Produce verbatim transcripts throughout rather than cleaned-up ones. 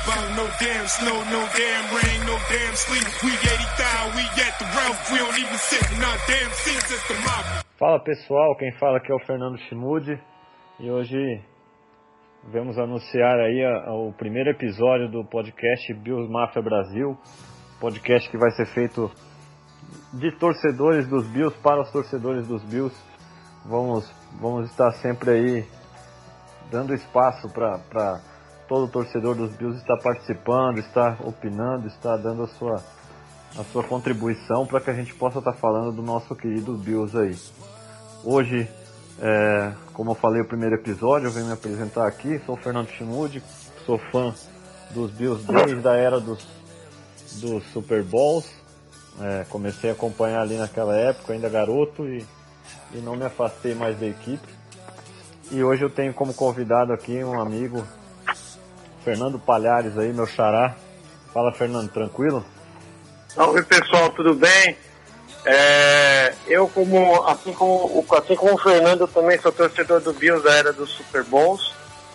about no damn snow, no damn rain, no damn sleep. We eighty thousand, we at the Ralph, we don't even sit in our damn seats at the mob. Fala pessoal, quem fala aqui é o Fernando Chimude e hoje vamos anunciar aí a, a, o primeiro episódio do podcast Bills Mafia Brasil, podcast que vai ser feito de torcedores dos Bills para os torcedores dos Bills. Vamos, vamos estar sempre aí dando espaço para todo torcedor dos Bills estar participando, estar opinando, estar dando a sua, a sua contribuição para que a gente possa estar falando do nosso querido Bills aí. Hoje, é, como eu falei no primeiro episódio, eu venho me apresentar aqui, sou o Fernando Chimude, sou fã dos Bills desde a era dos, dos Super Bowls, é, comecei a acompanhar ali naquela época, ainda garoto, e, e não me afastei mais da equipe. E hoje eu tenho como convidado aqui um amigo, Fernando Palhares aí, meu xará. Fala, Fernando, tranquilo? Salve pessoal, tudo bem? É, eu, como, assim, como, assim como o Fernando, eu também sou torcedor do Bills da era dos Super Bowls.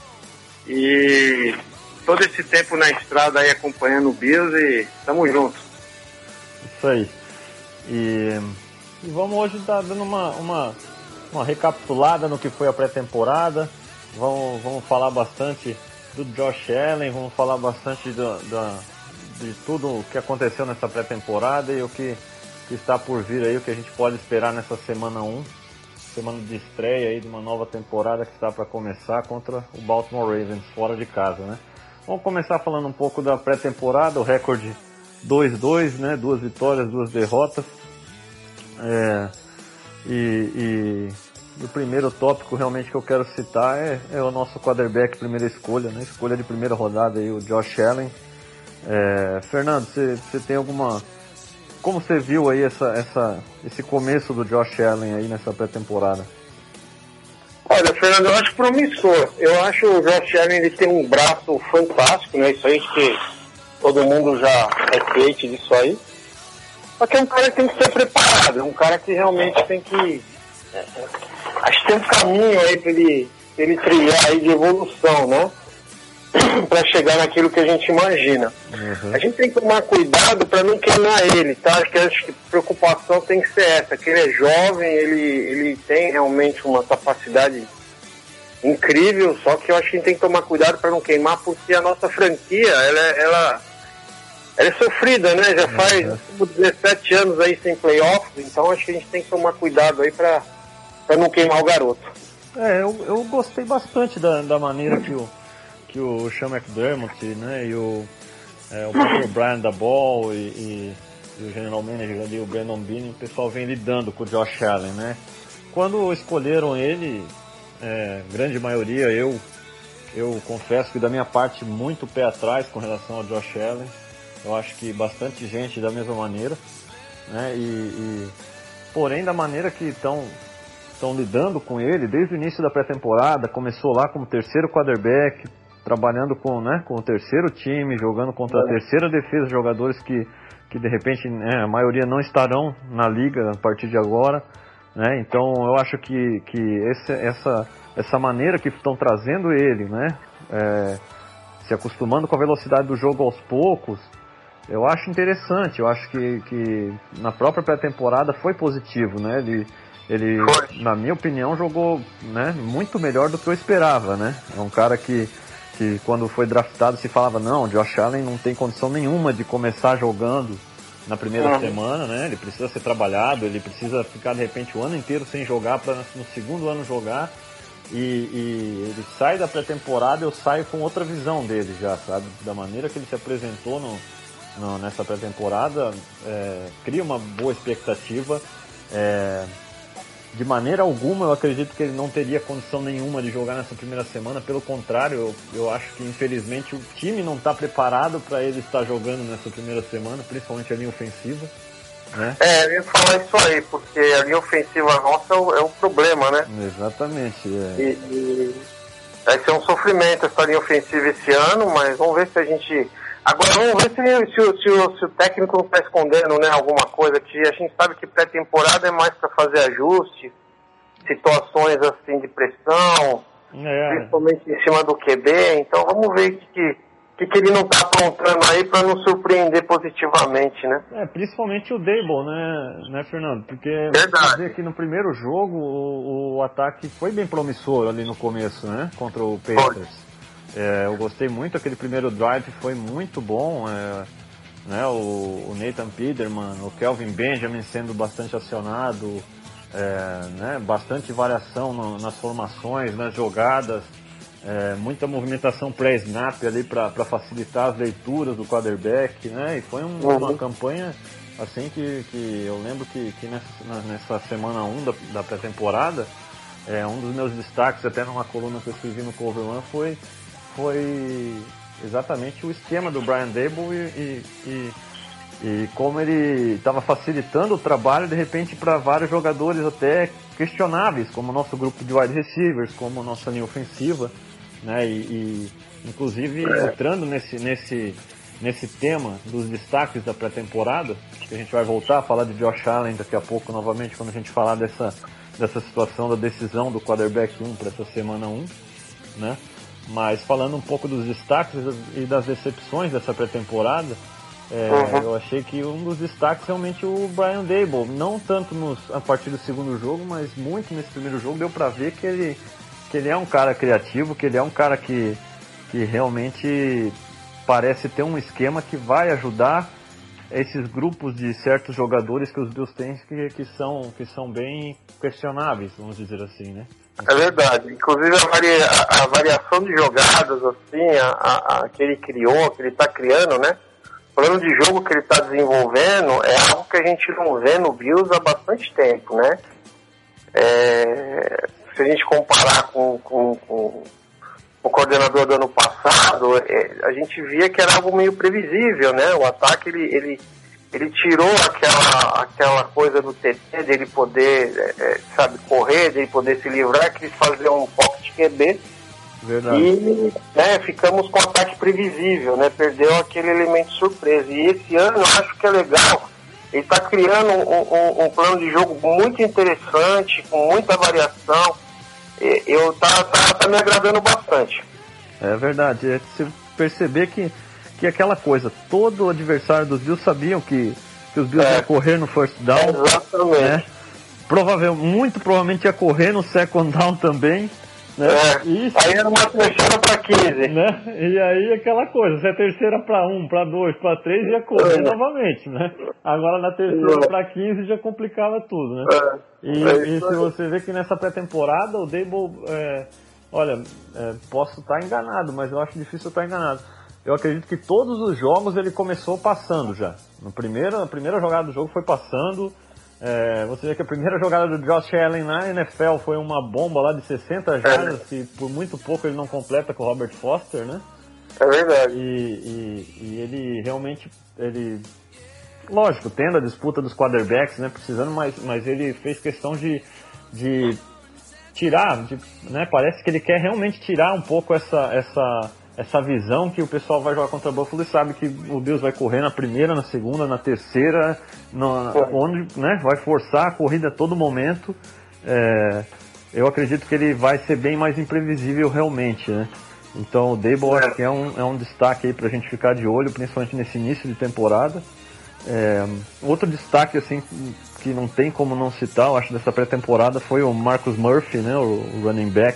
E todo esse tempo na estrada aí acompanhando o Bills e tamo junto. Isso aí. E, e vamos hoje estar dando uma, uma, uma recapitulada no que foi a pré-temporada. Vamos, vamos falar bastante do Josh Allen, vamos falar bastante do, do, de tudo o que aconteceu nessa pré-temporada e o que que está por vir aí, o que a gente pode esperar nessa semana um, semana de estreia aí de uma nova temporada que está para começar contra o Baltimore Ravens, fora de casa, né? Vamos começar falando um pouco da pré-temporada, o recorde dois a dois, né? Duas vitórias, duas derrotas. É, e, e, e o primeiro tópico realmente que eu quero citar é, é o nosso quarterback primeira escolha, né? Escolha de primeira rodada aí, o Josh Allen. É, Fernando, você tem alguma... Como você viu aí essa, essa, esse começo do Josh Allen aí nessa pré-temporada? Olha, Fernando, eu acho promissor. Eu acho o Josh Allen, ele tem um braço fantástico, né? Isso aí que todo mundo já é feito disso aí. Só que é um cara que tem que ser preparado, é um cara que realmente tem que... É, acho que tem um caminho aí para ele, pra ele trilhar aí de evolução, né? Para chegar naquilo que a gente imagina. Uhum. A gente tem que tomar cuidado para não queimar ele, tá? Acho que, acho que a preocupação tem que ser essa, que ele é jovem, ele, ele tem realmente uma capacidade incrível, só que eu acho que a gente tem que tomar cuidado para não queimar, porque a nossa franquia, ela, ela, ela é sofrida, né? Já faz uhum. dezessete anos aí sem playoffs, então acho que a gente tem que tomar cuidado aí para não queimar o garoto. É, eu, eu gostei bastante da, da maneira que o que o Sean McDermott, né, e o, é, o próprio Brian Daboll e, e, e o General Manager ali, o Brandon Beane, o pessoal vem lidando com o Josh Allen, né. Quando escolheram ele, é, grande maioria, eu, eu confesso que da minha parte muito pé atrás com relação ao Josh Allen. Eu acho que bastante gente da mesma maneira, né, e, e porém da maneira que estão estão lidando com ele desde o início da pré-temporada, começou lá como terceiro quarterback, trabalhando com, né, com o terceiro time, jogando contra a terceira defesa, jogadores que, que de repente, né, a maioria não estarão na liga a partir de agora, né, então eu acho que, que esse, essa, essa maneira que estão trazendo ele, né, é, se acostumando com a velocidade do jogo aos poucos, eu acho interessante, eu acho que, que na própria pré-temporada foi positivo, né, ele, ele, na minha opinião, jogou, né, muito melhor do que eu esperava, né, é um cara que que quando foi draftado se falava, não, o Josh Allen não tem condição nenhuma de começar jogando na primeira uhum. semana, né? Ele precisa ser trabalhado, ele precisa ficar de repente o ano inteiro sem jogar para no segundo ano jogar. E, e ele sai da pré-temporada, eu saio com outra visão dele já, sabe? Da maneira que ele se apresentou no, no, nessa pré-temporada, é, cria uma boa expectativa. É, de maneira alguma eu acredito que ele não teria condição nenhuma de jogar nessa primeira semana, pelo contrário, eu, eu acho que infelizmente o time não está preparado para ele estar jogando nessa primeira semana, principalmente a linha ofensiva, né? É, eu ia falar isso aí, porque a linha ofensiva nossa é o, é o problema, né? Exatamente. É. E, e vai ser um sofrimento essa linha ofensiva esse ano, mas vamos ver se a gente... Agora vamos ver se, se, se, se, o, se o técnico não está escondendo, né, alguma coisa, que a gente sabe que pré-temporada é mais para fazer ajuste, situações assim de pressão, é. principalmente em cima do Q B, então vamos ver o que, que, que, que ele não tá aprontando aí para nos surpreender positivamente, né? É, principalmente o Daboll, né, né, Fernando? Porque Verdade. Você vê que no primeiro jogo o, o ataque foi bem promissor ali no começo, né? Contra o Pacers. É, eu gostei muito, aquele primeiro drive foi muito bom. É, né, o, o Nathan Peterman, o Kelvin Benjamin sendo bastante acionado, é, né, bastante variação no, nas formações, nas jogadas. É, muita movimentação pré-snap ali para facilitar as leituras do quarterback, né? E foi um, uhum. uma campanha assim que, que eu lembro que, que nessa, nessa semana um da, da pré-temporada, é, um dos meus destaques, até numa coluna que eu escrevi no Cover One, foi, foi exatamente o esquema do Brian Daboll e, e, e, e como ele estava facilitando o trabalho de repente para vários jogadores até questionáveis, como o nosso grupo de wide receivers, como a nossa linha ofensiva. Né, e, e inclusive entrando nesse, nesse, nesse tema dos destaques da pré-temporada, que a gente vai voltar a falar de Josh Allen daqui a pouco novamente, quando a gente falar dessa, dessa situação da decisão do quarterback um para essa semana um, né? Mas falando um pouco dos destaques e das decepções dessa pré-temporada, é, uhum. eu achei que um dos destaques realmente o Brian Daboll, não tanto nos, a partir do segundo jogo, mas muito nesse primeiro jogo deu para ver que ele que ele é um cara criativo, que ele é um cara que, que realmente parece ter um esquema que vai ajudar esses grupos de certos jogadores que os Bills têm que, que, são, que são bem questionáveis, vamos dizer assim, né? É verdade. Inclusive a, varia, a, a variação de jogadas, assim, a, a, a que ele criou, que ele está criando, né? O plano de jogo que ele está desenvolvendo é algo que a gente não vê no Bills há bastante tempo, né? É... Se a gente comparar com, com, com o coordenador do ano passado, é, a gente via que era algo meio previsível, né? O ataque, ele, ele, ele tirou aquela, aquela coisa do T T, de ele poder, é, sabe, correr, de ele poder se livrar, quis fazer um pocket Q B. Verdade. E né, ficamos com o ataque previsível, né? Perdeu aquele elemento surpresa. E esse ano eu acho que é legal. Ele está criando um, um, um plano de jogo muito interessante, com muita variação. Eu tá, tá, tá me agradando bastante. É verdade. É você perceber que, que aquela coisa, todo adversário dos Bills sabiam que, que os Bills é. iam correr no first down. É, exatamente. Né? Provavelmente, muito provavelmente ia correr no second down também. Né? É. Isso. Aí era uma terceira para quinze. Né? E aí aquela coisa, se é terceira para um, para dois, para três, ia correr é. novamente. Né? Agora na terceira para quinze já complicava tudo. Né? É. E, é e se você vê que nessa pré-temporada o Daboll, é, olha, é, posso estar enganado, mas eu acho difícil estar enganado. Eu acredito que todos os jogos ele começou passando já. No primeiro, a primeira jogada do jogo foi passando. É, você vê que a primeira jogada do Josh Allen na N F L foi uma bomba lá de sessenta jardas, é. que por muito pouco ele não completa com o Robert Foster, né? É verdade. E, e, e ele realmente, ele, lógico, tendo a disputa dos quarterbacks, né, precisando, mas, mas ele fez questão de, de tirar, de, né, parece que ele quer realmente tirar um pouco essa, essa, essa visão que o pessoal vai jogar contra o Buffalo e sabe que o Bills vai correr na primeira, na segunda, na terceira, no, onde, né, vai forçar a corrida a todo momento. É, eu acredito que ele vai ser bem mais imprevisível realmente, né? Então o Daboll acho que é um, é um destaque aí pra gente ficar de olho, principalmente nesse início de temporada. É, outro destaque assim que não tem como não citar, eu acho, dessa pré-temporada foi o Marcus Murphy, né, o, o running back.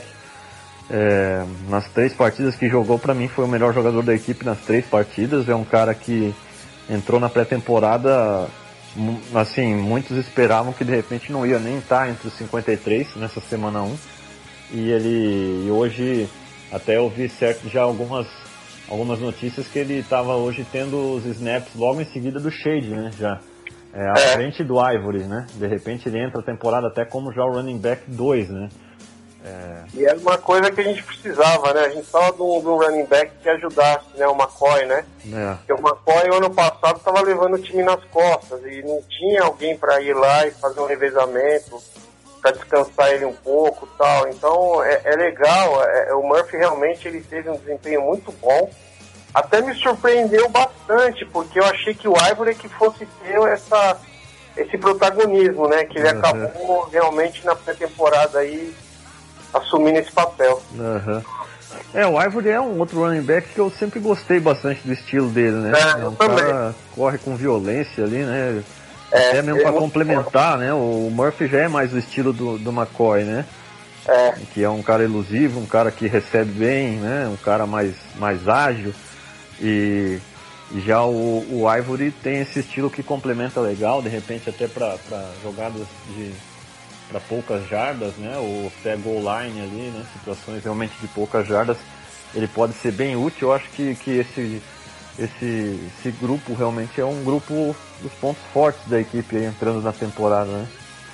É, nas três partidas que jogou, para mim foi o melhor jogador da equipe nas três partidas. É um cara que entrou na pré-temporada, assim, muitos esperavam que de repente não ia nem estar entre os cinquenta e três nessa semana um, e ele e hoje até eu vi certo já algumas algumas notícias que ele estava hoje tendo os snaps logo em seguida do Shade, né, já é, à é. frente do Ivory, né, de repente ele entra a temporada até como já o running back dois, né. É... E era uma coisa que a gente precisava, né? A gente precisava de um, de um running back que ajudasse, né? O McCoy, né? É. Porque o McCoy, ano passado, estava levando o time nas costas e não tinha alguém para ir lá e fazer um revezamento, para descansar ele um pouco e tal. Então, é, é legal. É, o Murphy, realmente, ele teve um desempenho muito bom. Até me surpreendeu bastante, porque eu achei que o Ivory que fosse ter essa, esse protagonismo, né? Que ele uhum. acabou realmente na pré-temporada aí assumindo esse papel. Uhum. É, o Ivory é um outro running back que eu sempre gostei bastante do estilo dele, né? É, é um também. cara que corre com violência ali, né? É, Até mesmo para muito complementar, né? O Murphy já é mais o estilo do, do McCoy, né? É. Que é um cara elusivo, um cara que recebe bem, né? Um cara mais, mais ágil. E, e já o, o Ivory tem esse estilo que complementa legal, de repente até para jogadas de para poucas jardas, né? O até goal line ali, né? Situações realmente de poucas jardas, ele pode ser bem útil. Eu acho que, que esse, esse, esse grupo realmente é um grupo dos pontos fortes da equipe aí, entrando na temporada, né?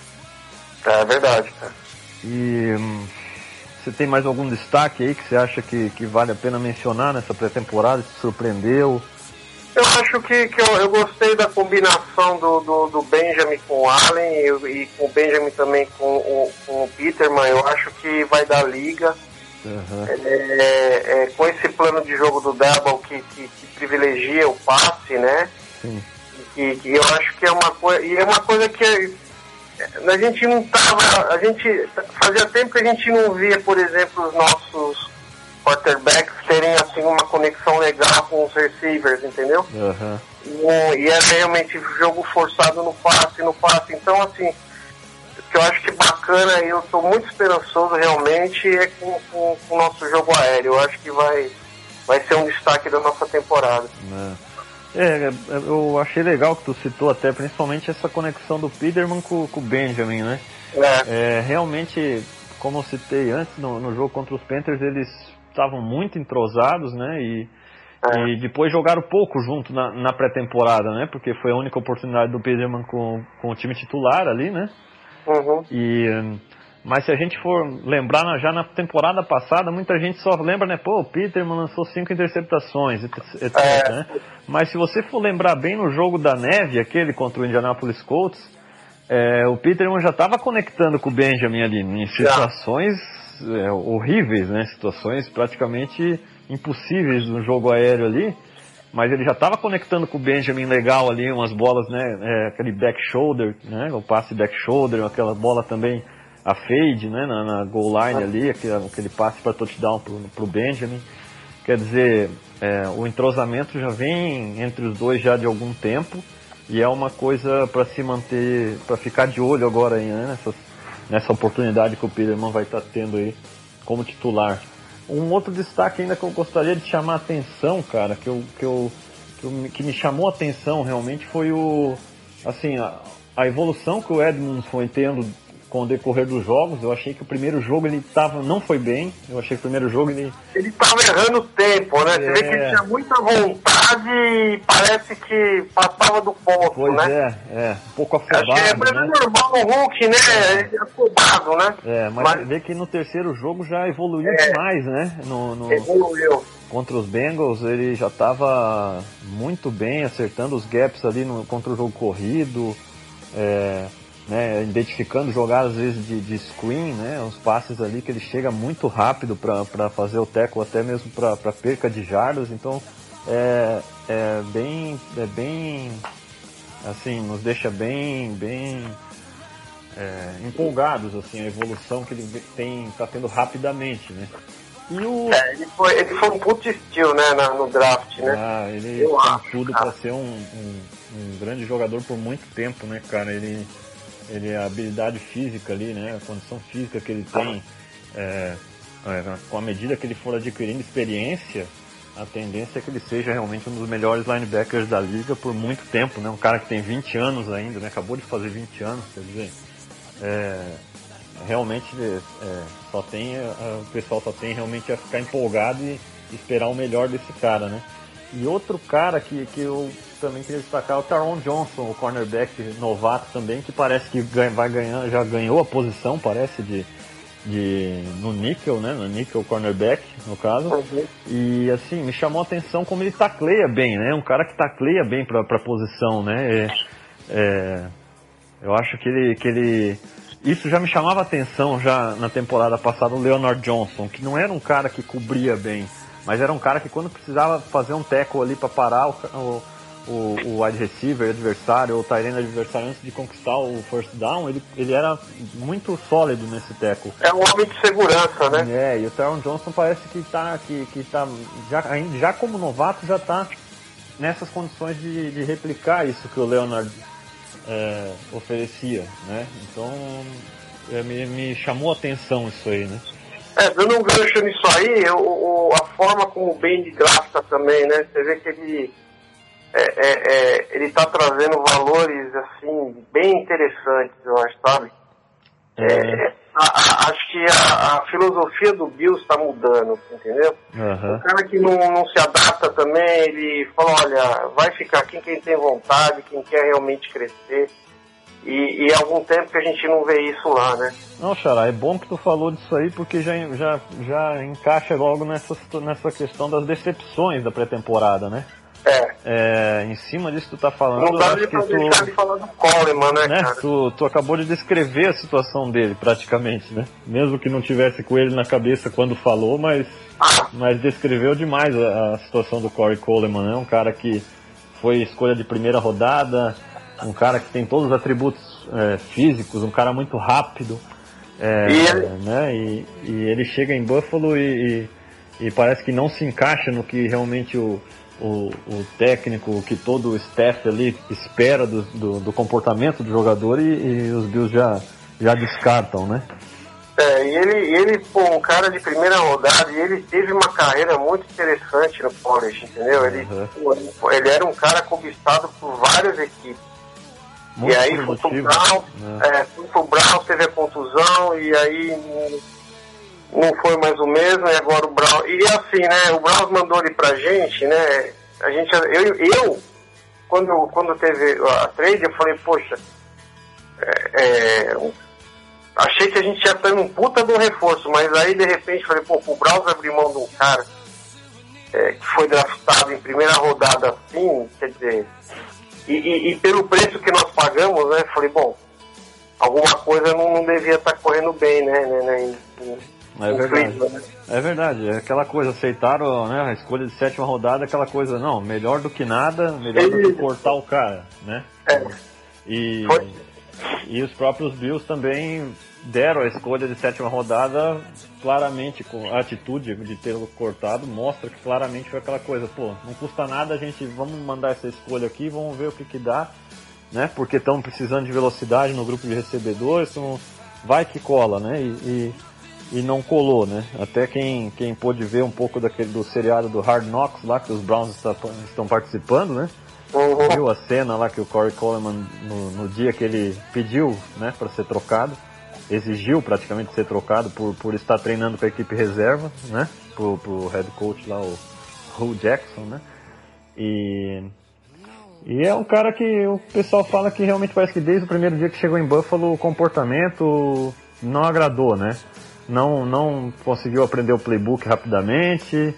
É verdade, cara. E hum, você tem mais algum destaque aí que você acha que, que vale a pena mencionar nessa pré-temporada? Te surpreendeu? Eu acho que, que eu, eu gostei da combinação do, do, do Benjamin com o Allen e, e com o Benjamin também com o, com o Peterman. Eu acho que vai dar liga. Uhum. É, é, com esse plano de jogo do Double que, que, que privilegia o passe, né? Sim. E que eu acho que é uma coisa. E é uma coisa que a gente não tava. A gente fazia tempo que a gente não via, por exemplo, os nossos quarterbacks terem assim uma conexão legal com os receivers, entendeu? Uhum. E, e é realmente jogo forçado no passe, no passe. Então, assim, o que eu acho que bacana e eu estou muito esperançoso realmente é com, com, com o nosso jogo aéreo. Eu acho que vai, vai ser um destaque da nossa temporada. É, eu achei legal que tu citou até, principalmente essa conexão do Peterman com, com o Benjamin, né? É. É, realmente, como eu citei antes, no, no jogo contra os Panthers, eles estavam muito entrosados, né? E, É. e depois jogaram pouco junto na, na pré-temporada, né? Porque foi a única oportunidade do Peterman com, com o time titular ali, né? Uhum. E, mas se a gente for lembrar, já na temporada passada, muita gente só lembra, né? Pô, o Peterman lançou cinco interceptações, etcétera. É. Né? Mas se você for lembrar bem no jogo da neve, aquele contra o Indianapolis Colts, é, o Peterman já estava conectando com o Benjamin ali, em situações é, horríveis, né? Situações praticamente impossíveis no jogo aéreo ali. Mas ele já estava conectando com o Benjamin legal ali, umas bolas, né? É, aquele back shoulder, né? O passe back shoulder, aquela bola também, a fade, né? Na, na goal line ali, aquele, aquele passe para touchdown pro, pro Benjamin. Quer dizer, é, o entrosamento já vem entre os dois já de algum tempo e é uma coisa para se manter, para ficar de olho agora aí, né? Nessa, nessa oportunidade que o Peterman vai estar tá tendo aí como titular. Um outro destaque ainda que eu gostaria de chamar a atenção, cara, que, eu, que, eu, que, eu, que me chamou a atenção realmente foi o, assim, a, a evolução que o Edmonds foi tendo com o decorrer dos jogos. Eu achei que o primeiro jogo ele tava, não foi bem, eu achei que o primeiro jogo ele... Ele tava errando o tempo, né? É... Você vê que ele tinha muita vontade e parece que passava do ponto, pois né? é, é, um pouco afobado, Acho que é, mas né? é normal o Hulk, né? Ele é afobado, né? É, mas, mas vê que no terceiro jogo já evoluiu é, demais, né? No, no... Evoluiu. Contra os Bengals ele já estava muito bem, acertando os gaps ali no, contra o jogo corrido, é, né, identificando jogadas às vezes de, de screen, né, os passes ali que ele chega muito rápido para fazer o tackle, até mesmo para perca de jardas. Então é, é bem, é bem, assim, nos deixa bem, bem é, empolgados, assim, a evolução que ele tem, está tendo rapidamente, né. E o... É, ele foi, ele foi um puto estilo, né, na, no draft, né? Ah, ele Eu tem acho, tudo cara. para ser um, um, um grande jogador por muito tempo, né, cara? Ele, ele a habilidade física ali, né, a condição física que ele tem, é, é, com a medida que ele for adquirindo experiência, a tendência é que ele seja realmente um dos melhores linebackers da liga por muito tempo, né? Um cara que tem vinte anos ainda, né? Acabou de fazer vinte anos, quer dizer, é, realmente é, só tem, o pessoal só tem realmente a ficar empolgado e esperar o melhor desse cara, né? E outro cara que, que eu também queria destacar é o Taron Johnson, o cornerback novato também, que parece que vai ganhar, já ganhou a posição, parece, de, de no níquel, né? No níquel cornerback, no caso. Uhum. E assim, me chamou a atenção como ele tacleia bem, né? Um cara que tacleia bem pra, pra posição, né? É, é, eu acho que ele, que ele... Isso já me chamava a atenção já na temporada passada, o Leonard Johnson, que não era um cara que cobria bem, mas era um cara que quando precisava fazer um tackle ali para parar o, o, o, o wide receiver adversário ou o tight end adversário antes de conquistar o first down, ele, ele era muito sólido nesse tackle. É um homem de segurança, né? É, e o Taron Johnson parece que tá, que, que tá já, já como novato, já tá nessas condições de, de replicar isso que o Leonard é, oferecia, né? Então é, me, me chamou a atenção isso aí, né? É, dando um gancho nisso aí, o, o, a forma como o Benny drafta também, né? Você vê que ele é, é, é, ele tá trazendo valores, assim, bem interessantes, eu acho, sabe? É. É, a, a, acho que a, a filosofia do Bills está mudando, entendeu? Uhum. O cara que não, não se adapta também, ele fala, olha, vai ficar aqui quem tem vontade, quem quer realmente crescer. E, e há algum tempo que a gente não vê isso lá, né? Não, Xará, é bom que tu falou disso aí, porque já, já, já encaixa logo nessa, nessa questão das decepções da pré-temporada, né? É. É. Em cima disso que tu tá falando... Não dá de deixar de falar do Coleman, né, né, cara? Tu, tu acabou de descrever a situação dele, praticamente, né? Mesmo que não tivesse com ele na cabeça quando falou, mas, ah. mas descreveu demais a, a situação do Corey Coleman, né? Um cara que foi escolha de primeira rodada... Um cara que tem todos os atributos é, físicos, um cara muito rápido, é, e, ele... né? E, e ele chega em Buffalo e, e, e parece que não se encaixa no que realmente o, o, o técnico, o que todo o staff ali espera do, do, do comportamento do jogador e, e os Bills já, já descartam, né? É, e ele, ele, pô, um cara de primeira rodada, e ele teve uma carreira muito interessante no college, entendeu? Ele, uhum. pô, ele era um cara cobiçado por várias equipes. Muito e aí foi pro Brown, né? é, foi pro Brown, teve a contusão, e aí não, não foi mais o mesmo, e agora o Brown. E assim, né, o Brown mandou ele pra gente, né? A gente, eu, eu quando, quando teve a trade, eu falei, poxa, é, é, achei que a gente ia ter um puta de um reforço, mas aí de repente falei, pô, o Brown vai abrir mão de um cara é, que foi draftado em primeira rodada assim, quer dizer. E, e, e pelo preço que nós pagamos, né, falei, bom, alguma coisa não, não devia estar correndo bem, né, né, né em, é verdade, né? É verdade, é aquela coisa, aceitaram, né, a escolha de sétima rodada, aquela coisa, não, melhor do que nada, melhor do que cortar o cara, né? É. E, Foi. e os próprios Bills também deram a escolha de sétima rodada claramente, com a atitude de tê-lo cortado, mostra que claramente foi aquela coisa, pô, não custa nada a gente, vamos mandar essa escolha aqui, vamos ver o que que dá, né, porque estamos precisando de velocidade no grupo de recebedores, então vai que cola, né, e, e, e não colou, né, até quem, quem pôde ver um pouco daquele, do seriado do Hard Knocks lá, que os Browns está, estão participando, né, uhum. Viu a cena lá que o Corey Coleman, no, no dia que ele pediu, né, para ser trocado, exigiu praticamente ser trocado por, por estar treinando com a equipe reserva, né? Pro, pro head coach lá, o Hugh Jackson, né? E, e é um cara que o pessoal fala que realmente parece que desde o primeiro dia que chegou em Buffalo o comportamento não agradou, né? Não, não conseguiu aprender o playbook rapidamente,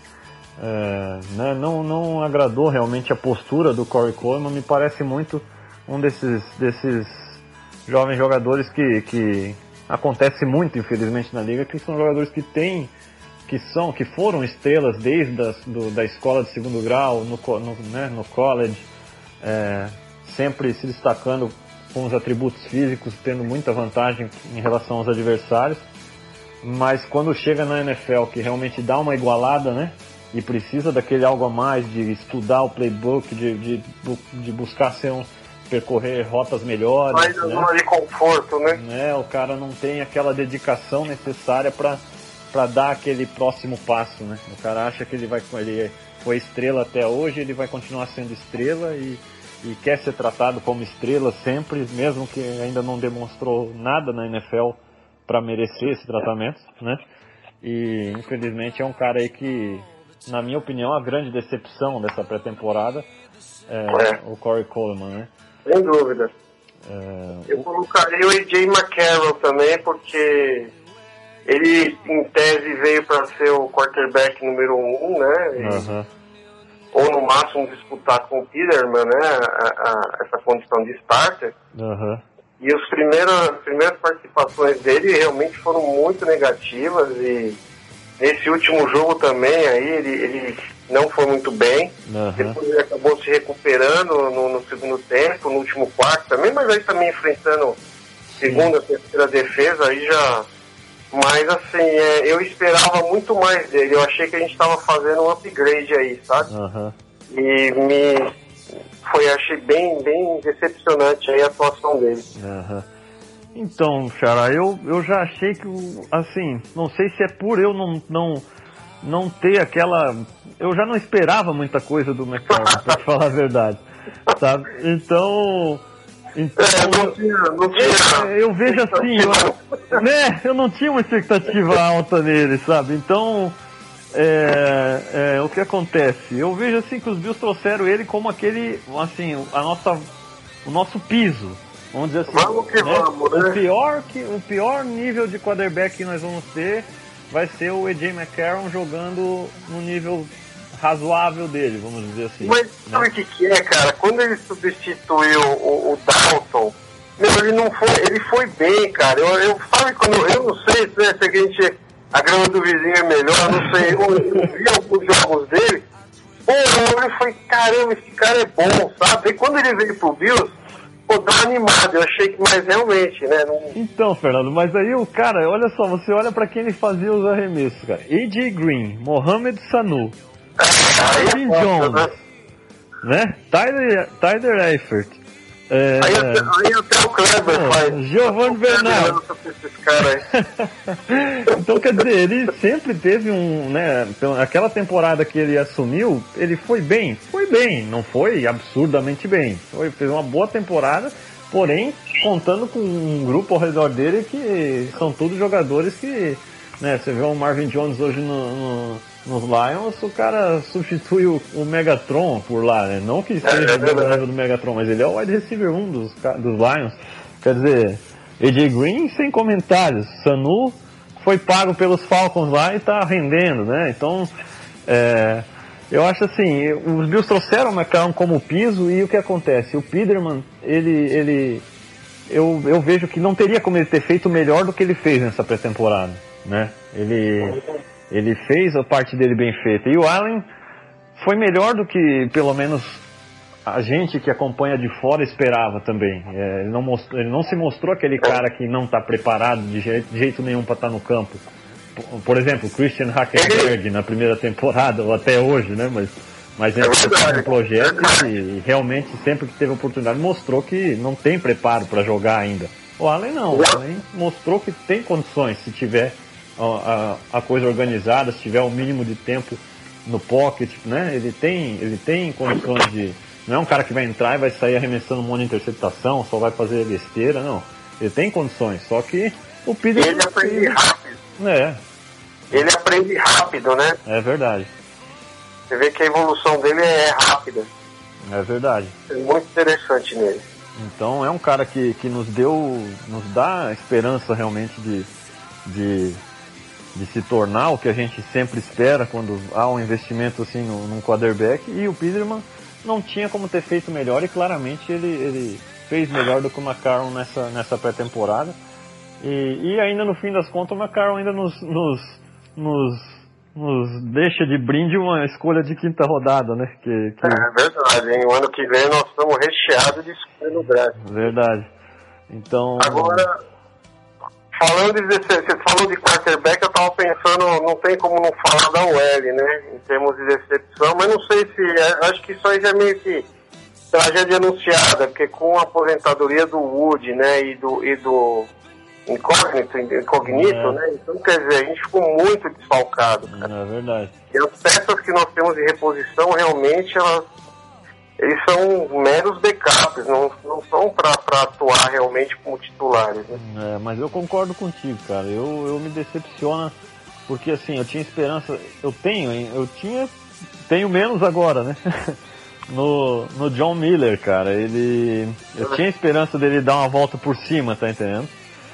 é, né? não, não agradou realmente a postura do Corey Coleman. Me parece muito um desses, desses jovens jogadores que... que acontece muito, infelizmente, na liga, que são jogadores que têm, que são, que foram estrelas desde a do, da escola de segundo grau, no, no, né, no college, é, sempre se destacando com os atributos físicos, tendo muita vantagem em relação aos adversários, mas quando chega na N F L, que realmente dá uma igualada, né, e precisa daquele algo a mais, de estudar o playbook, de, de, de buscar ser um percorrer rotas melhores, mais né? Zona de conforto, né? né? O cara não tem aquela dedicação necessária para para dar aquele próximo passo, né? O cara acha que ele vai, ele foi estrela até hoje, ele vai continuar sendo estrela e, e quer ser tratado como estrela sempre, mesmo que ainda não demonstrou nada na N F L para merecer esse tratamento, né? E infelizmente é um cara aí que, na minha opinião, a grande decepção dessa pré-temporada é, é. o Corey Coleman, né? Sem dúvida. É... Eu colocaria o A J McCarroll também, porque ele, em tese, veio para ser o quarterback número um, né? E, uhum. Ou, no máximo, disputar com o Peterman, né? A, a, essa condição de starter. Uhum. E os primeiros, as primeiras participações dele realmente foram muito negativas. E nesse último jogo também, aí, ele, ele não foi muito bem. Uhum. Depois ele acabou se recuperando no, no segundo tempo, no último quarto também, mas aí também enfrentando segunda, terceira defesa, aí já... Mas assim, é, eu esperava muito mais dele, eu achei que a gente estava fazendo um upgrade aí, sabe? Uhum. E me... Foi, achei bem, bem decepcionante aí a atuação dele. Uhum. Então, Xará, eu, eu já achei que, assim, não sei se é por eu não, não, não ter aquela... Eu já não esperava muita coisa do McCarron, pra te falar a verdade, sabe? Então... Então, é, não tinha, não tinha. Eu, eu vejo assim, eu, né, eu não tinha uma expectativa alta nele, sabe? Então, é, é, o que acontece? Eu vejo assim que os Bills trouxeram ele como aquele, assim, a nossa, o nosso piso, vamos dizer assim. Vamos que né? vamos, né? O pior, que, o pior nível de quarterback que nós vamos ter vai ser o A J McCarron jogando no nível razoável dele, vamos dizer assim. Mas sabe o né? que que é, cara? Quando ele substituiu o, o Dalton, meu, ele não foi, ele foi bem, cara. Eu, eu sabe quando eu não sei né, se a gente a grama do vizinho é melhor, eu não sei. Eu, eu vi alguns jogos dele. Pô, eu falei, caramba, esse cara é bom, sabe? E quando ele veio pro Bills, pô, dá uma animada. Eu achei que mais realmente, né? Não... Então, Fernando, mas aí o cara, olha só, você olha pra quem ele fazia os arremessos, cara. A J Green, Mohamed Sanu, Marvin Jones, né? Tyler, Tyler Eifert. É, aí, até, aí até o Kleber é, faz. Giovanni Bernard. Então, quer dizer, ele sempre teve um, né, aquela temporada que ele assumiu, ele foi bem, foi bem, não foi absurdamente bem. Foi, fez uma boa temporada, porém, contando com um grupo ao redor dele que são todos jogadores que, né, você vê o Marvin Jones hoje no, no, nos Lions, o cara substitui o, o Megatron por lá, né? Não que seja do nível do Megatron, mas ele é o wide receiver um dos, dos Lions. Quer dizer, A J Green sem comentários, Sanu foi pago pelos Falcons lá e tá rendendo, né? Então, é, eu acho assim, os Bills trouxeram o McCarron como piso e o que acontece? O Peterman, ele, ele eu, eu vejo que não teria como ele ter feito melhor do que ele fez nessa pré-temporada, né? Ele, ele fez a parte dele bem feita. E o Allen foi melhor do que, pelo menos, a gente que acompanha de fora esperava também. É, ele, não mostrou, ele não se mostrou aquele cara que não está preparado de jeito, de jeito nenhum para estar no campo. Por, por exemplo, Christian Hackenberg na primeira temporada, ou até hoje, né? Mas, mas ele está no projeto e, e realmente sempre que teve oportunidade mostrou que não tem preparo para jogar ainda. O Allen não, o Allen mostrou que tem condições se tiver a, a, a coisa organizada, se tiver o mínimo de tempo no pocket, né? Ele tem, ele tem condições de... Não é um cara que vai entrar e vai sair arremessando um monte de interceptação, só vai fazer besteira, não. Ele tem condições, só que o Peter... Ele aprende rápido. É. Ele aprende rápido, né? É verdade. Você vê que a evolução dele é rápida. É verdade. É muito interessante nele. Então é um cara que, que nos deu, nos dá esperança realmente de, de, de se tornar o que a gente sempre espera quando há um investimento assim no, num quarterback, e o Peterman não tinha como ter feito melhor e claramente ele, ele fez melhor do que o McCarron nessa, nessa pré-temporada. E, e ainda no fim das contas o McCarron ainda nos, nos, nos, nos deixa de brinde uma escolha de quinta rodada, né? Que, que... É verdade, hein? O ano que vem nós estamos recheados de escolha no draft. Verdade. Então... Agora, falando de, você falou de quarterback, eu tava pensando, não tem como não falar da O L, né? Em termos de decepção, mas não sei se, acho que isso aí já é meio que tragédia anunciada, porque com a aposentadoria do Wood, né, e do, e do Incógnito, Incognito, é. né? Então, quer dizer, a gente ficou muito desfalcado, cara. É verdade. E as peças que nós temos de reposição, realmente, elas, eles são meros backups, não, não são para atuar realmente como titulares, né? É, mas eu concordo contigo, cara. Eu, eu me decepciona, porque assim, eu tinha esperança, eu tenho, hein? Eu tinha, tenho menos agora, né? no, no John Miller, cara. Ele, eu tinha esperança dele dar uma volta por cima, tá entendendo?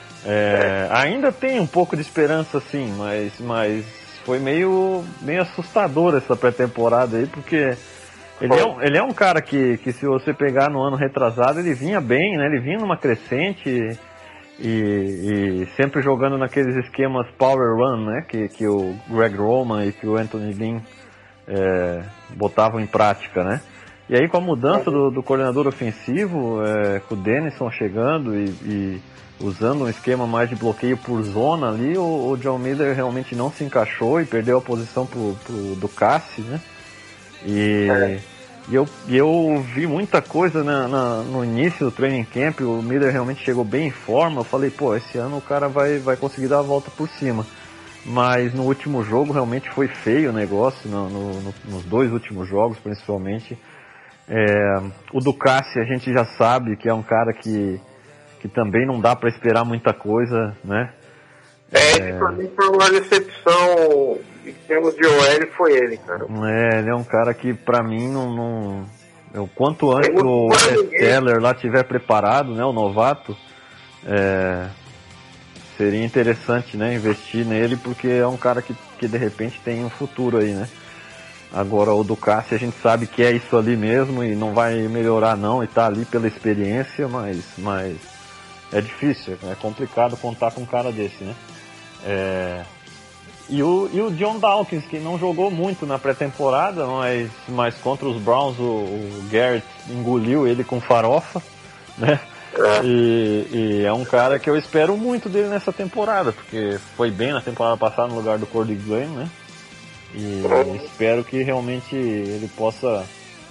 É, ainda tem um pouco de esperança, sim, mas, mas foi meio, meio assustador essa pré-temporada aí, porque ele é, um, ele é um cara que, que se você pegar no ano retrasado, ele vinha bem, né? Ele vinha numa crescente e, e sempre jogando naqueles esquemas power run, né? Que, que o Greg Roman e que o Anthony Lynn é, botavam em prática, né? E aí com a mudança do, do coordenador ofensivo, é, com o Denison chegando e, e usando um esquema mais de bloqueio por zona ali, o, o John Miller realmente não se encaixou e perdeu a posição pro, pro Ducassi, né? E, é. e, eu, e eu vi muita coisa na, na, no início do training camp, o Miller realmente chegou bem em forma, eu falei, pô, esse ano o cara vai, vai conseguir dar a volta por cima. Mas no último jogo realmente foi feio o negócio, no, no, no, nos dois últimos jogos principalmente. É, o Ducassi a gente já sabe que é um cara que, que também não dá para esperar muita coisa, né? É, é... pra mim foi uma decepção em termos de O L, foi ele, cara. É, ele é um cara que pra mim não... não... Eu, quanto antes o Teller lá estiver preparado, né, o novato, é, seria interessante, né, investir nele, porque é um cara que, que de repente tem um futuro aí, né? Agora o Ducassi a gente sabe que é isso ali mesmo e não vai melhorar não, e tá ali pela experiência, mas, mas é difícil, é complicado contar com um cara desse, né? É... E, o, e o John Dawkins, que não jogou muito na pré-temporada, mas, mas contra os Browns o, o Garrett engoliu ele com farofa, né? E, e é um cara que eu espero muito dele nessa temporada, porque foi bem na temporada passada no lugar do Cordy Glenn, né? E espero que realmente ele possa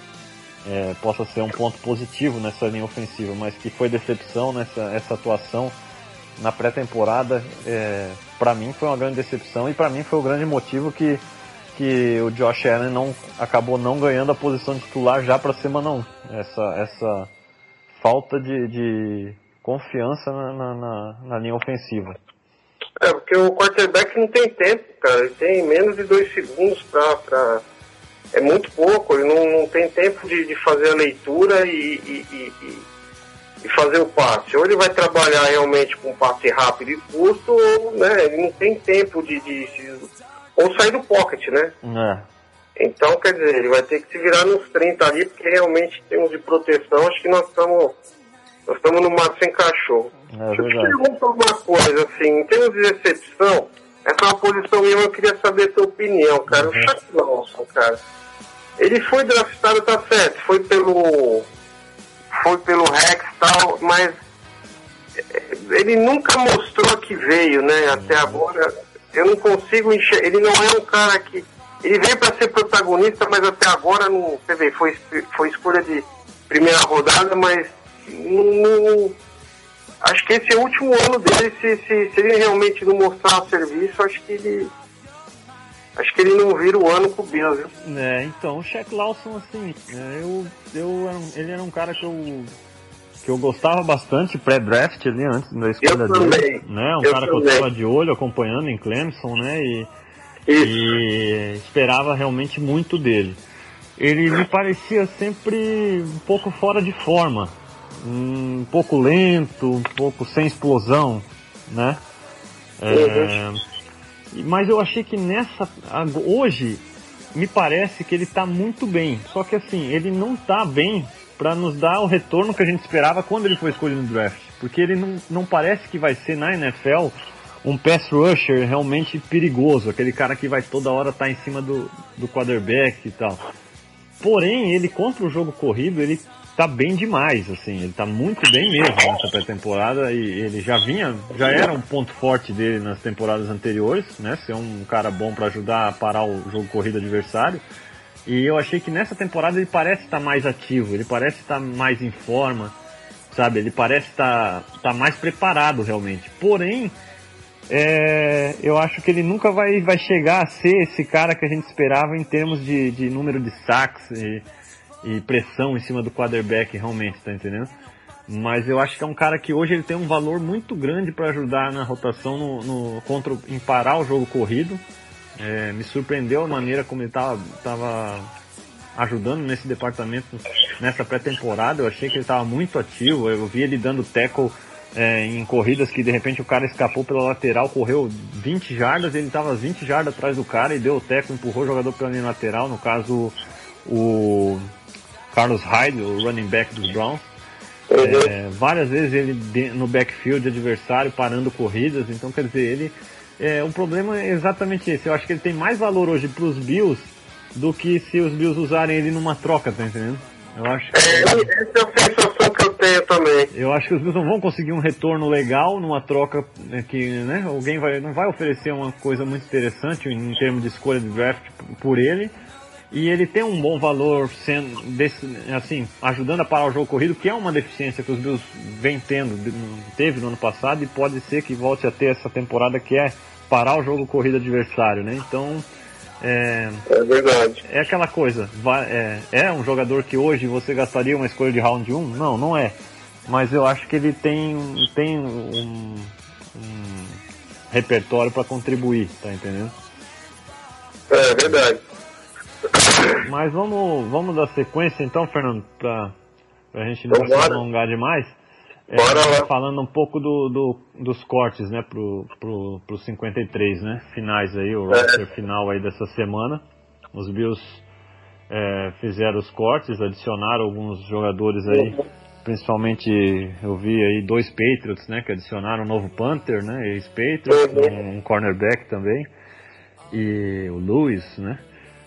é, possa ser um ponto positivo nessa linha ofensiva, mas que foi decepção nessa essa atuação na pré-temporada, é, para mim foi uma grande decepção e para mim foi o grande motivo que, que o Josh Allen não, acabou não ganhando a posição de titular já para a semana um, essa, essa falta de, de confiança na, na, na, na linha ofensiva. É, porque o quarterback não tem tempo, cara. Ele tem menos de dois segundos pra... pra... É muito pouco, ele não, não tem tempo de, de fazer a leitura e, e, e, e fazer o passe. Ou ele vai trabalhar realmente com um passe rápido e curto, ou, né, ele não tem tempo de... de, de ou sair do pocket, né? É. Então, quer dizer, ele vai ter que se virar nos trinta ali, porque realmente, em termos de proteção, acho que nós estamos... Nós estamos no mato sem cachorro. É, Deixa eu te perguntar uma coisa, assim, em termos de recepção, essa é uma posição minha, eu queria saber a tua opinião, cara. Uhum. O Shaq Lawson, cara, ele foi draftado, tá certo, foi pelo foi pelo Rex e tal, mas ele nunca mostrou que veio, né, uhum. Até agora. Eu não consigo enxergar, ele não é um cara que... Ele veio para ser protagonista, mas até agora, não, você vê, foi, foi escolha de primeira rodada, mas... Não, acho que esse é o último ano dele. Se, se, se ele realmente não mostrar serviço, acho que ele acho que ele não vira o ano com o Bills, viu? É, então, o Shaq Lawson, assim, é, eu, eu, ele era um cara que eu, que eu gostava bastante pré-draft ali, antes da escolha dele, né? Um eu cara também. que eu estava de olho, acompanhando em Clemson, né? E, e esperava realmente muito dele. Ele me parecia sempre um pouco fora de forma. Um pouco lento, um pouco sem explosão, né? É, mas eu achei que nessa... Hoje, me parece que ele tá muito bem. Só que assim, ele não tá bem para nos dar o retorno que a gente esperava quando ele foi escolhido no draft. Porque ele não, não parece que vai ser na N F L um pass rusher realmente perigoso. Aquele cara que vai toda hora estar tá em cima do, do quarterback e tal. Porém, ele contra o jogo corrido, ele tá bem demais, assim, ele tá muito bem mesmo nessa pré-temporada e ele já vinha, já era um ponto forte dele nas temporadas anteriores, né, ser um cara bom para ajudar a parar o jogo corrido adversário, e eu achei que nessa temporada ele parece estar mais ativo, ele parece estar mais em forma, sabe, ele parece estar, estar mais preparado realmente, porém, é, eu acho que ele nunca vai, vai chegar a ser esse cara que a gente esperava em termos de, de número de sacks e e pressão em cima do quarterback realmente, tá entendendo? Mas eu acho que é um cara que hoje ele tem um valor muito grande para ajudar na rotação no, no, contra, em parar o jogo corrido. É, me surpreendeu a maneira como ele tava, tava ajudando nesse departamento nessa pré-temporada. Eu achei que ele estava muito ativo, eu vi ele dando tackle é, em corridas que de repente o cara escapou pela lateral, correu vinte jardas, ele estava vinte jardas atrás do cara e deu o tackle, empurrou o jogador pela linha lateral, no caso o Carlos Hyde, o running back dos Browns. É, várias vezes ele de, no backfield adversário parando corridas, então quer dizer, ele é, o problema é exatamente esse. Eu acho que ele tem mais valor hoje para os Bills do que se os Bills usarem ele numa troca, tá entendendo? Eu acho que... É, essa é a sensação que eu tenho também. Eu acho que os Bills não vão conseguir um retorno legal numa troca que, né, alguém vai, não vai oferecer uma coisa muito interessante em termos de escolha de draft por ele. E ele tem um bom valor sendo, desse, assim, ajudando a parar o jogo corrido, que é uma deficiência que os Bills vem tendo, teve no ano passado, e pode ser que volte a ter essa temporada, que é parar o jogo corrido adversário, né? Então, é, é verdade. É aquela coisa, vai, é, é um jogador que hoje você gastaria uma escolha de round um? Não, não é. Mas eu acho que ele tem, tem um, um repertório para contribuir, tá entendendo? É verdade. Mas vamos, vamos dar sequência então, Fernando, pra, pra gente não se alongar demais. É, Bora lá. Falando um pouco do, do, dos cortes, né, pro, pro, pro cinquenta e três, né, finais aí, o roster é. final aí dessa semana. Os Bills é, fizeram os cortes, adicionaram alguns jogadores aí, principalmente eu vi aí dois Patriots, né, que adicionaram um novo Panther, né, ex-Patriots, um, um cornerback também, e o Lewis, né.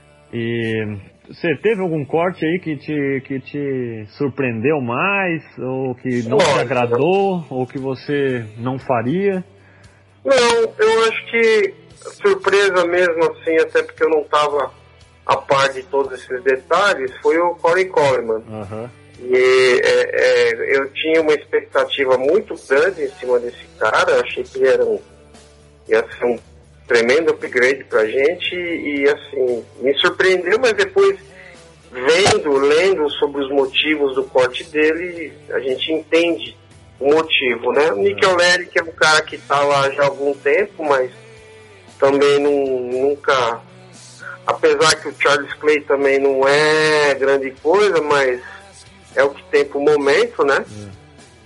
E você teve algum corte aí que te, que te surpreendeu mais, ou que não te agradou, ou que você não faria? Não, eu acho que surpresa mesmo assim, até porque eu não estava a par de todos esses detalhes, foi o Corey Coleman. Uhum. E é, é, eu tinha uma expectativa muito grande em cima desse cara, achei que ele era um, ia ser um tremendo upgrade pra gente e, assim, me surpreendeu, mas depois vendo, lendo sobre os motivos do corte dele, a gente entende o motivo, né? O Nick O'Leary, que é um cara que tá lá já há algum tempo, mas também não, nunca, apesar que o Charles Clay também não é grande coisa, mas é o que tem pro momento, né? É.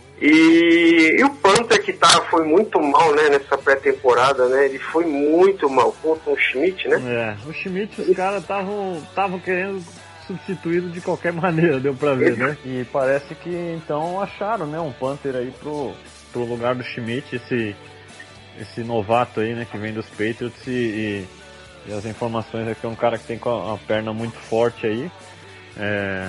E, e o Panther que tá, foi muito mal, né, nessa pré-temporada, né? Ele foi muito mal contra o Schmidt, né? É, o Schmidt, os caras estavam querendo substituído de qualquer maneira, deu pra ver, né? E parece que então acharam, né, um Panther aí pro, pro lugar do Schmidt, esse, esse novato aí, né, que vem dos Patriots, e, e, e as informações é que é um cara que tem a perna muito forte aí. É...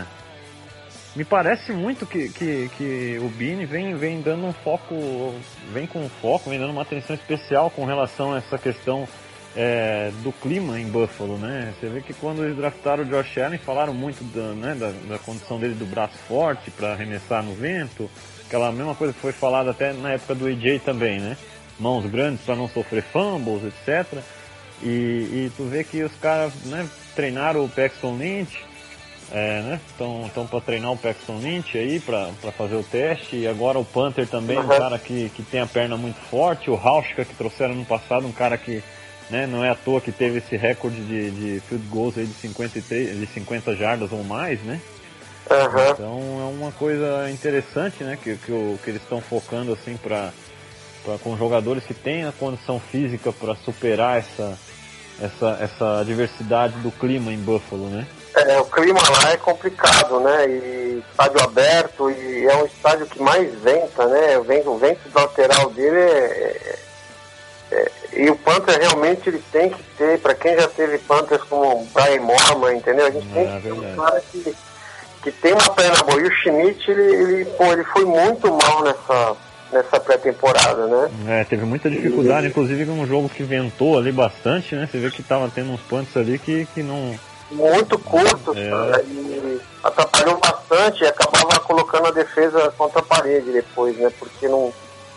Me parece muito que, que, que o Beane vem, vem dando um foco, vem com um foco, vem dando uma atenção especial com relação a essa questão é, do clima em Buffalo, né? Você vê que quando eles draftaram o Josh Allen, falaram muito da, né, da, da condição dele do braço forte para arremessar no vento, aquela mesma coisa que foi falada até na época do A J também, né? Mãos grandes para não sofrer fumbles, etcétera. E, e tu vê que os caras, né, treinaram o Paxton Lynch, É, né? Estão para treinar o Paxton Lynch aí para fazer o teste, e agora o Panther também, uhum. um cara que, que tem a perna muito forte, o Hauschka que trouxeram no passado, um cara que, né, não é à toa que teve esse recorde de, de field goals aí de cinquenta e três, de cinquenta jardas ou mais, né? Uhum. Então é uma coisa interessante, né, que, que, o, que eles estão focando assim para com jogadores que têm a condição física para superar essa, essa, essa diversidade do clima em Buffalo, né? É, o clima lá é complicado, né? E estádio aberto, e é um estádio que mais venta, né? O vento, o vento lateral dele é, é, é... E o Panther realmente ele tem que ter, para quem já teve Panthers como o Brian Mormon, entendeu? A gente tem é, que ter um cara que, que tem uma perna boa. E o Schmidt, ele, ele, pô, ele foi muito mal nessa, nessa pré-temporada, né? É, teve muita dificuldade, e... inclusive num jogo que ventou ali bastante, né? Você vê que tava tendo uns punts ali que, que não... muito curto, é. E atrapalhou bastante e acabava colocando a defesa contra a parede depois, né? Porque não,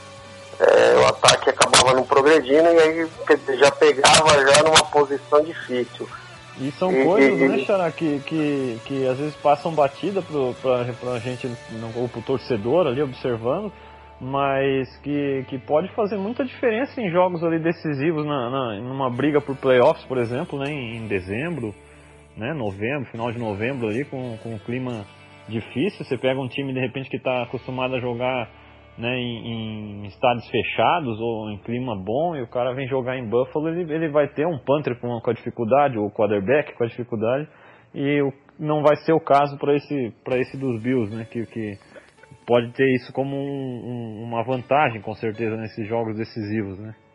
é, o ataque acabava não progredindo e aí já pegava já numa posição difícil. E são e, coisas, e, né, Xará, que, que, que às vezes passam batida pro, pra, pra gente, ou pro torcedor ali observando, mas que, que pode fazer muita diferença em jogos ali decisivos, na, na, numa briga por playoffs, por exemplo, né, em, em dezembro, né, novembro, final de novembro ali, com, com um clima difícil. Você pega um time de repente que está acostumado a jogar, né, em, em estádios fechados ou em clima bom, e o cara vem jogar em Buffalo, ele, ele vai ter um Panther com, com a dificuldade, ou quarterback com a dificuldade, e o, não vai ser o caso para esse, para esse dos Bills, né, que, que pode ter isso como um, um, uma vantagem com certeza nesses jogos decisivos, né.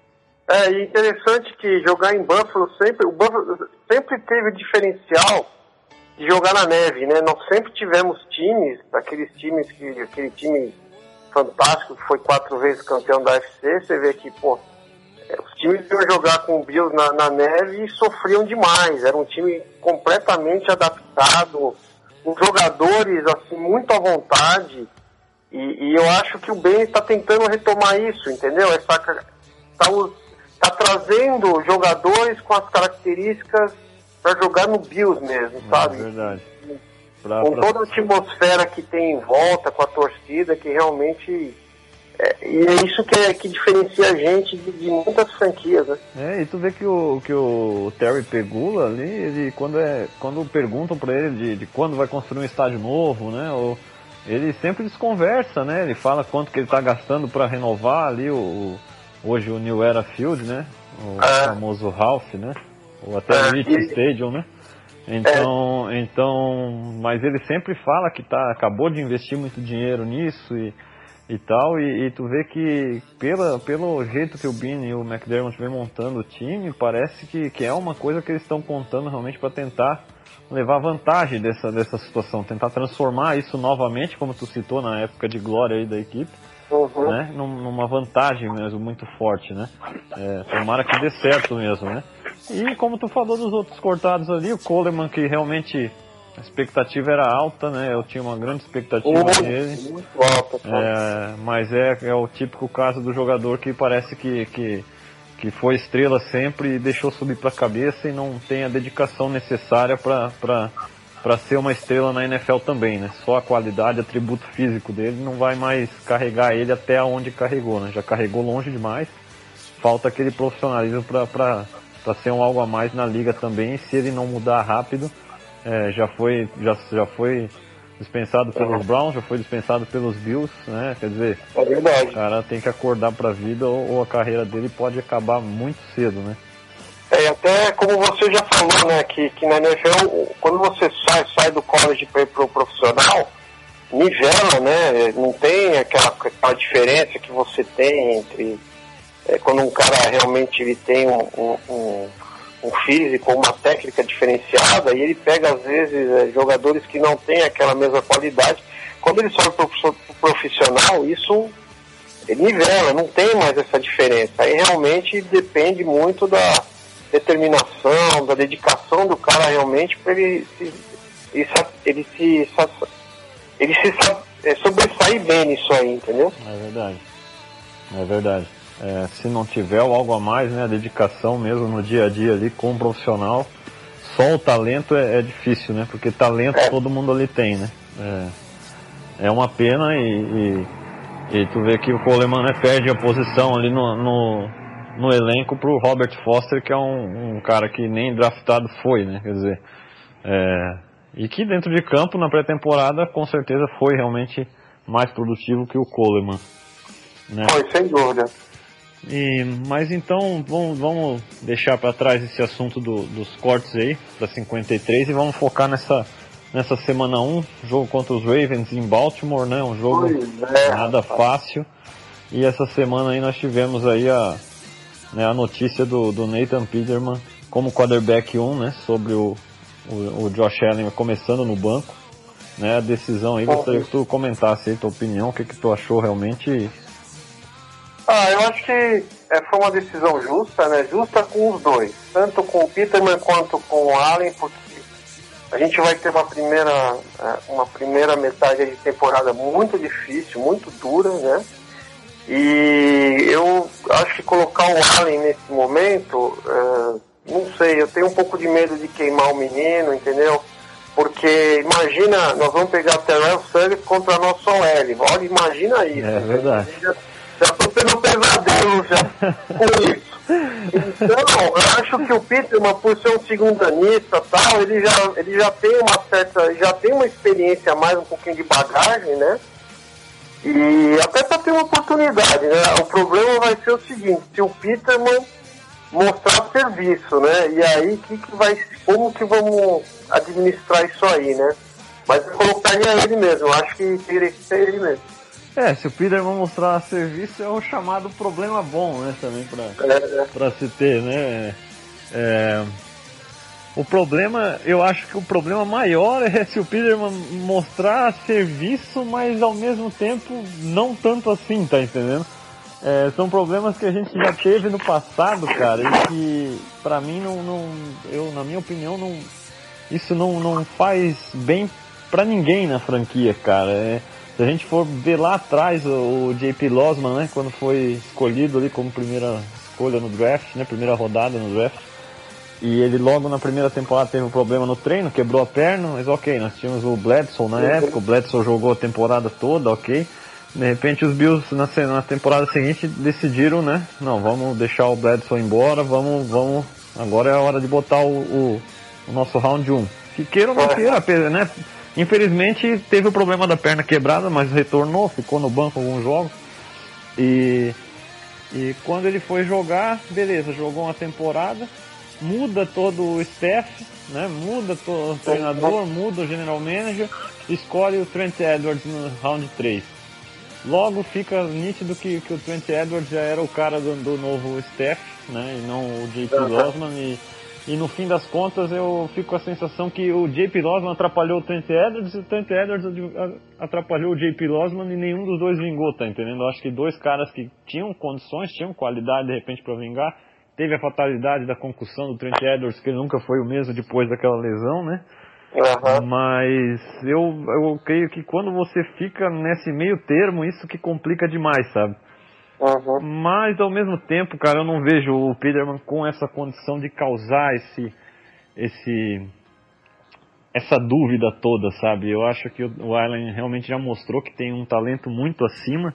É, e interessante que jogar em Buffalo sempre, o Buffalo sempre teve o diferencial de jogar na neve, né? Nós sempre tivemos times, aqueles times que, aquele time fantástico que foi quatro vezes campeão da U F C, você vê que, pô, os times iam jogar com o Bills na, na neve e sofriam demais, era um time completamente adaptado, com jogadores, assim, muito à vontade, e, e eu acho que o Ben está tentando retomar isso, entendeu? Está tá, tá trazendo jogadores com as características para jogar no Bills mesmo, sabe? É verdade. Pra, com pra... toda a atmosfera que tem em volta, com a torcida, que realmente... É, e é isso que, é, que diferencia a gente de, de muitas franquias, né? É, e tu vê que o, que o Terry Pegula ali, ele, quando, é, quando perguntam pra ele de, de quando vai construir um estádio novo, né? Ou, ele sempre desconversa, né? Ele fala quanto que ele tá gastando pra renovar ali o, o hoje o New Era Field, né? O é. famoso Ralph, né? Ou até é. o Rich e... Stadium, né? Então, é. então, mas ele sempre fala que tá, acabou de investir muito dinheiro nisso e, e tal, e, e tu vê que pela, pelo jeito que o Beane e o McDermott vem montando o time, parece que, que é uma coisa que eles estão contando realmente para tentar levar vantagem dessa, dessa situação, tentar transformar isso novamente, como tu citou na época de glória aí da equipe, uhum. né, numa vantagem mesmo muito forte, né? É, tomara que dê certo mesmo, né? E como tu falou dos outros cortados ali, o Coleman, que realmente a expectativa era alta, né? Eu tinha uma grande expectativa muito, nele. Muito alta, é, mas é, é o típico caso do jogador que parece que, que, que foi estrela sempre e deixou subir para a cabeça e não tem a dedicação necessária para ser uma estrela na N F L também, né? Só a qualidade, atributo físico dele não vai mais carregar ele até onde carregou, né? Já carregou longe demais. Falta aquele profissionalismo para para ser um algo a mais na liga também, se ele não mudar rápido, é, já, foi, já, já foi dispensado pelos Browns, já foi dispensado pelos Bills, né? Quer dizer, é verdade. O cara tem que acordar para a vida ou, ou a carreira dele pode acabar muito cedo, né? É, até como você já falou, né, que, que na N F L, quando você sai, sai do college para ir pro profissional, nivela, né? Não tem aquela, aquela diferença que você tem entre... É, quando um cara realmente ele tem um, um, um, um físico, uma técnica diferenciada, e ele pega às vezes é, jogadores que não têm aquela mesma qualidade, quando ele sobe para o profissional, isso ele nivela, não tem mais essa diferença. Aí realmente depende muito da determinação, da dedicação do cara realmente para ele se, ele se, ele se é, sobressair bem nisso aí, entendeu? É verdade, é verdade. É, se não tiver algo a mais, né, a dedicação mesmo no dia a dia ali com o profissional, só o talento é, é difícil, né, porque talento é. todo mundo ali tem, né, é, é uma pena e, e, e tu vê que o Coleman, né, perde a posição ali no, no, no elenco pro Robert Foster, que é um, um cara que nem draftado foi, né, quer dizer, é, e que dentro de campo na pré-temporada com certeza foi realmente mais produtivo que o Coleman, né. Foi, sem dúvida. E, mas então vamos, vamos deixar para trás esse assunto do, dos cortes aí para cinquenta e três e vamos focar nessa, nessa semana um, jogo contra os Ravens em Baltimore, né? Um jogo é. nada fácil. E essa semana aí nós tivemos aí a, né, a notícia do, do Nathan Peterman como quarterback um, né? Sobre o, o, o Josh Allen começando no banco, né? A decisão aí, gostaria que tu comentasse aí tua opinião, o que que tu achou realmente. Ah, eu acho que é, foi uma decisão justa, né? Justa com os dois, tanto com o Peterman quanto com o Allen, porque a gente vai ter uma primeira, uma primeira metade de temporada muito difícil, muito dura, né? E eu acho que colocar o Allen nesse momento, é, não sei, eu tenho um pouco de medo de queimar o menino, entendeu? Porque imagina, nós vamos pegar Terrell Suggs contra nosso O L, olha, imagina isso. É verdade. Já estou tendo um pesadelo já com isso. Então, eu acho que o Peterman, por ser um segundanista e tal, ele já, ele já tem uma certa, já tem uma experiência a mais, um pouquinho de bagagem, né? E até para ter uma oportunidade, né? O problema vai ser o seguinte, se o Peterman mostrar serviço, né? E aí, que que vai, como que vamos administrar isso aí, né? Mas eu colocaria ele mesmo, eu acho que teria que ser ele mesmo. É, se o Peterman mostrar serviço é o chamado problema bom, né, também pra, É. pra se ter, né. É, o problema, eu acho que o problema maior é se o Peterman mostrar serviço, mas ao mesmo tempo não tanto assim, tá entendendo? É, são problemas que a gente já teve no passado, cara, e que pra mim não, não eu, na minha opinião, não, isso não, não faz bem pra ninguém na franquia, cara. É, se a gente for ver lá atrás o, o J P. Losman, né, quando foi escolhido ali como primeira escolha no draft, né, primeira rodada no draft, e ele logo na primeira temporada teve um problema no treino, quebrou a perna, mas ok, nós tínhamos o Bledsoe na época, o Bledsoe jogou a temporada toda, ok. De repente os Bills na, na temporada seguinte decidiram, né, não, vamos deixar o Bledsoe embora, vamos, vamos, agora é a hora de botar o, o, o nosso round um. Que queira ou não queira, né? Infelizmente teve o problema da perna quebrada, mas retornou, ficou no banco alguns jogos. E, e quando ele foi jogar, beleza, jogou uma temporada, muda todo o staff, né? Muda todo o treinador, muda o general manager, escolhe o Trent Edwards no round três. Logo fica nítido que, que o Trent Edwards já era o cara do, do novo staff, né? E não o J P. Losman. E, E no fim das contas eu fico com a sensação que o J P. Losman atrapalhou o Trent Edwards e o Trent Edwards atrapalhou o J P. Losman e nenhum dos dois vingou, tá entendendo? Eu acho que dois caras que tinham condições, tinham qualidade de repente para vingar. Teve a fatalidade da concussão do Trent Edwards, que ele nunca foi o mesmo depois daquela lesão, né? Uhum. Mas eu, eu creio que quando você fica nesse meio termo, isso que complica demais, sabe? Uhum. Mas ao mesmo tempo, cara, eu não vejo o Peterman com essa condição de causar esse, esse, essa dúvida toda, sabe? Eu acho que o Allen realmente já mostrou que tem um talento muito acima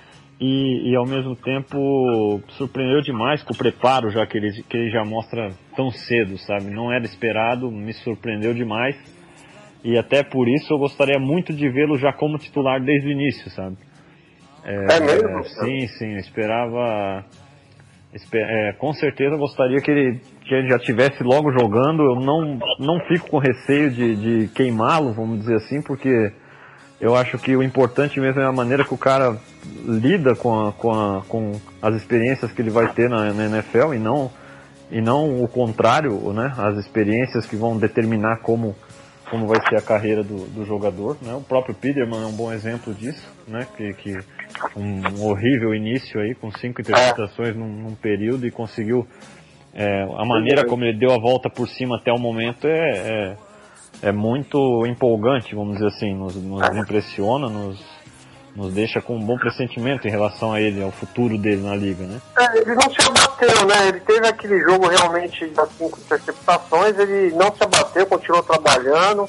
e, e ao mesmo tempo surpreendeu demais com o preparo já que ele, que ele já mostra tão cedo, sabe? Não era esperado, me surpreendeu demais e até por isso eu gostaria muito de vê-lo já como titular desde o início, sabe? É, é mesmo? Sim, sim, eu esperava. Esper, é, com certeza gostaria que ele, que ele já estivesse logo jogando. Eu não, não fico com receio de, de queimá-lo, vamos dizer assim, porque eu acho que o importante mesmo é a maneira que o cara lida com, a, com, a, com as experiências que ele vai ter na, na N F L e não, e não o contrário, né? As experiências que vão determinar como. como vai ser a carreira do, do jogador, né? O próprio Peterman é um bom exemplo disso, né? Que, que um, um horrível início aí, com cinco interceptações num, num período e conseguiu, é, a maneira como ele deu a volta por cima até o momento é, é, é muito empolgante, vamos dizer assim, nos, nos impressiona, nos, nos deixa com um bom pressentimento em relação a ele, ao futuro dele na liga, né? É, ele não se abateu, né? Ele teve aquele jogo realmente das cinco interceptações, ele não se abateu, continuou trabalhando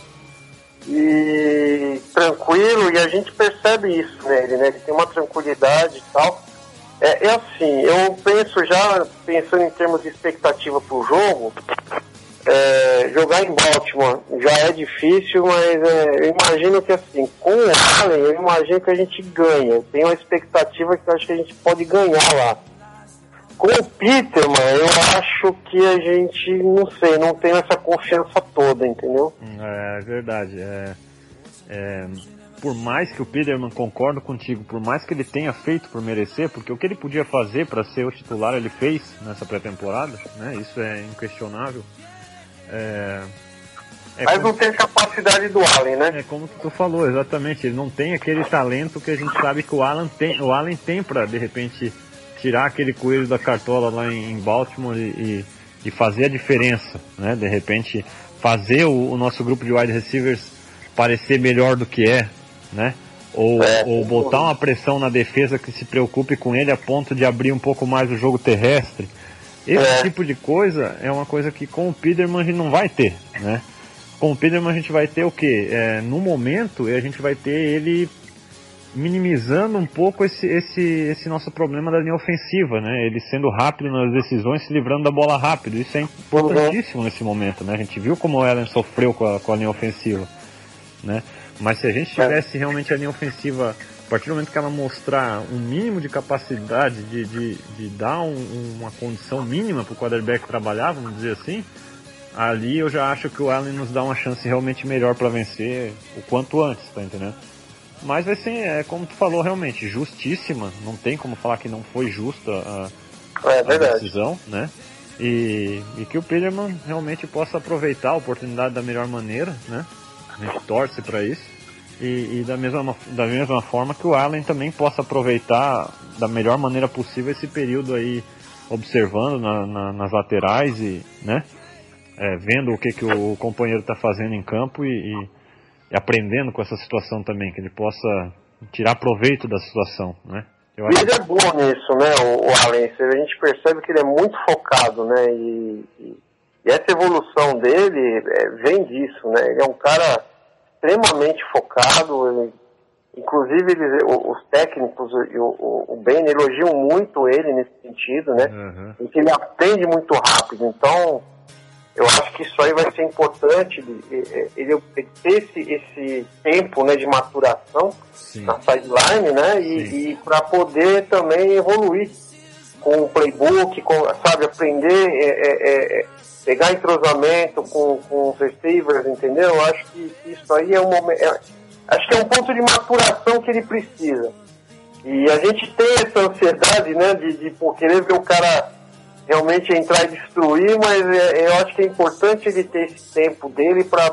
e tranquilo, e a gente percebe isso nele, né? Ele tem uma tranquilidade e tal. É, é assim, eu penso já, pensando em termos de expectativa pro jogo, é, jogar em Baltimore já é difícil, mas é, eu imagino que assim, com o Allen, eu imagino que a gente ganha. Tem uma expectativa que eu acho que a gente pode ganhar lá. Com o Peterman, eu acho que a gente, não sei, não tem essa confiança toda, entendeu? É verdade. É, é, por mais que o Peterman, concordo contigo, por mais que ele tenha feito por merecer, porque o que ele podia fazer para ser o titular, ele fez nessa pré-temporada, né? Isso é inquestionável. É, é Mas como, não tem a capacidade do Allen, né? É como tu falou, exatamente. Ele não tem aquele talento que a gente sabe que o Allen tem, o Allen tem para, de repente, tirar aquele coelho da cartola lá em Baltimore e, e fazer a diferença, né? De repente, fazer o, o nosso grupo de wide receivers parecer melhor do que é, né? Ou, é, ou botar uma pressão na defesa que se preocupe com ele a ponto de abrir um pouco mais o jogo terrestre. Esse é. tipo de coisa é uma coisa que com o Peterman a gente não vai ter, né? Com o Peterman a gente vai ter o quê? É, no momento a gente vai ter ele minimizando um pouco esse, esse, esse nosso problema da linha ofensiva, né? Ele sendo rápido nas decisões, se livrando da bola rápido. Isso é importantíssimo uhum. nesse momento, né? A gente viu como o Allen sofreu com a, com a linha ofensiva, né? Mas se a gente tivesse realmente a linha ofensiva, a partir do momento que ela mostrar um mínimo de capacidade de, de, de dar um, uma condição mínima para o quarterback trabalhar, vamos dizer assim, ali eu já acho que o Allen nos dá uma chance realmente melhor para vencer o quanto antes, tá entendendo? Mas vai ser, é, como tu falou, realmente, justíssima. Não tem como falar que não foi justa a, é a decisão, né? E, e que o Peterman realmente possa aproveitar a oportunidade da melhor maneira, né? A gente torce para isso. E, e da, mesma, da mesma forma que o Allen também possa aproveitar da melhor maneira possível esse período aí, observando na, na, nas laterais e, né? É, vendo o que, que o companheiro está fazendo em campo e, e, e aprendendo com essa situação também, que ele possa tirar proveito da situação, né? Eu acho... Ele é bom nisso, né, o, o Allen. A gente percebe que ele é muito focado, né, e, e, e essa evolução dele é, vem disso, né? Ele é um cara extremamente focado, ele, inclusive eles, os técnicos e o, o, o Ben elogiam muito ele nesse sentido, né? Uhum. E que ele aprende muito rápido, então eu acho que isso aí vai ser importante, ele, ele ter esse, esse tempo, né, de maturação, sim, na sideline, né, e, e para poder também evoluir com o playbook, com, sabe, aprender, é, é, é, pegar entrosamento com, com os receivers, entendeu? Eu acho que isso aí é um momento, é, acho que é um ponto de maturação que ele precisa. E a gente tem essa ansiedade, né, de, de pô, querer ver o cara realmente entrar e destruir, mas é, eu acho que é importante ele ter esse tempo dele para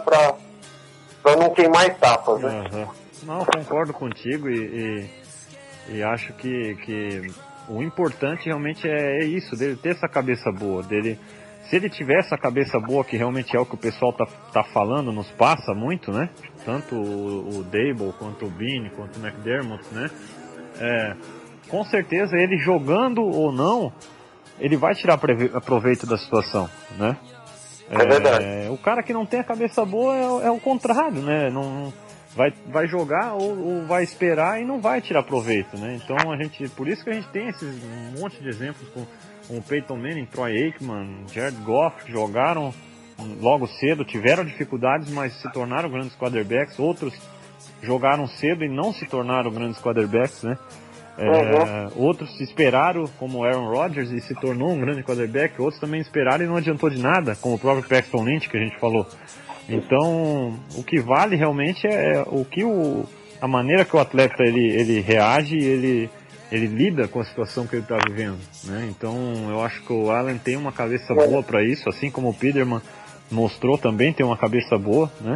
não queimar etapas, né? Uhum. Não, concordo contigo e, e, e acho que, que o importante realmente é isso, dele ter essa cabeça boa, dele, se ele tiver essa cabeça boa, que realmente é o que o pessoal tá, tá falando, nos passa muito, né? Tanto o, o Dable, quanto o Beane, quanto o McDermott, né? É, com certeza ele jogando ou não, ele vai tirar proveito da situação, né? É verdade. É, o cara que não tem a cabeça boa é, é o contrário, né? Não, vai, vai jogar ou, ou vai esperar e não vai tirar proveito, né? Então a gente, por isso que a gente tem esses um monte de exemplos com, com o Peyton Manning, Troy Aikman, Jared Goff, que jogaram logo cedo, tiveram dificuldades, mas se tornaram grandes quarterbacks. Outros jogaram cedo e não se tornaram grandes quarterbacks, né? É, uhum. Outros esperaram, como Aaron Rodgers, e se tornou um grande quarterback. Outros também esperaram e não adiantou de nada, como o próprio Paxton Lynch, que a gente falou. Então, o que vale realmente é o que o, a maneira que o atleta ele, ele reage, ele, ele lida com a situação que ele está vivendo, né? Então, eu acho que o Allen tem uma cabeça boa para isso, assim como o Peterman mostrou também tem uma cabeça boa, né?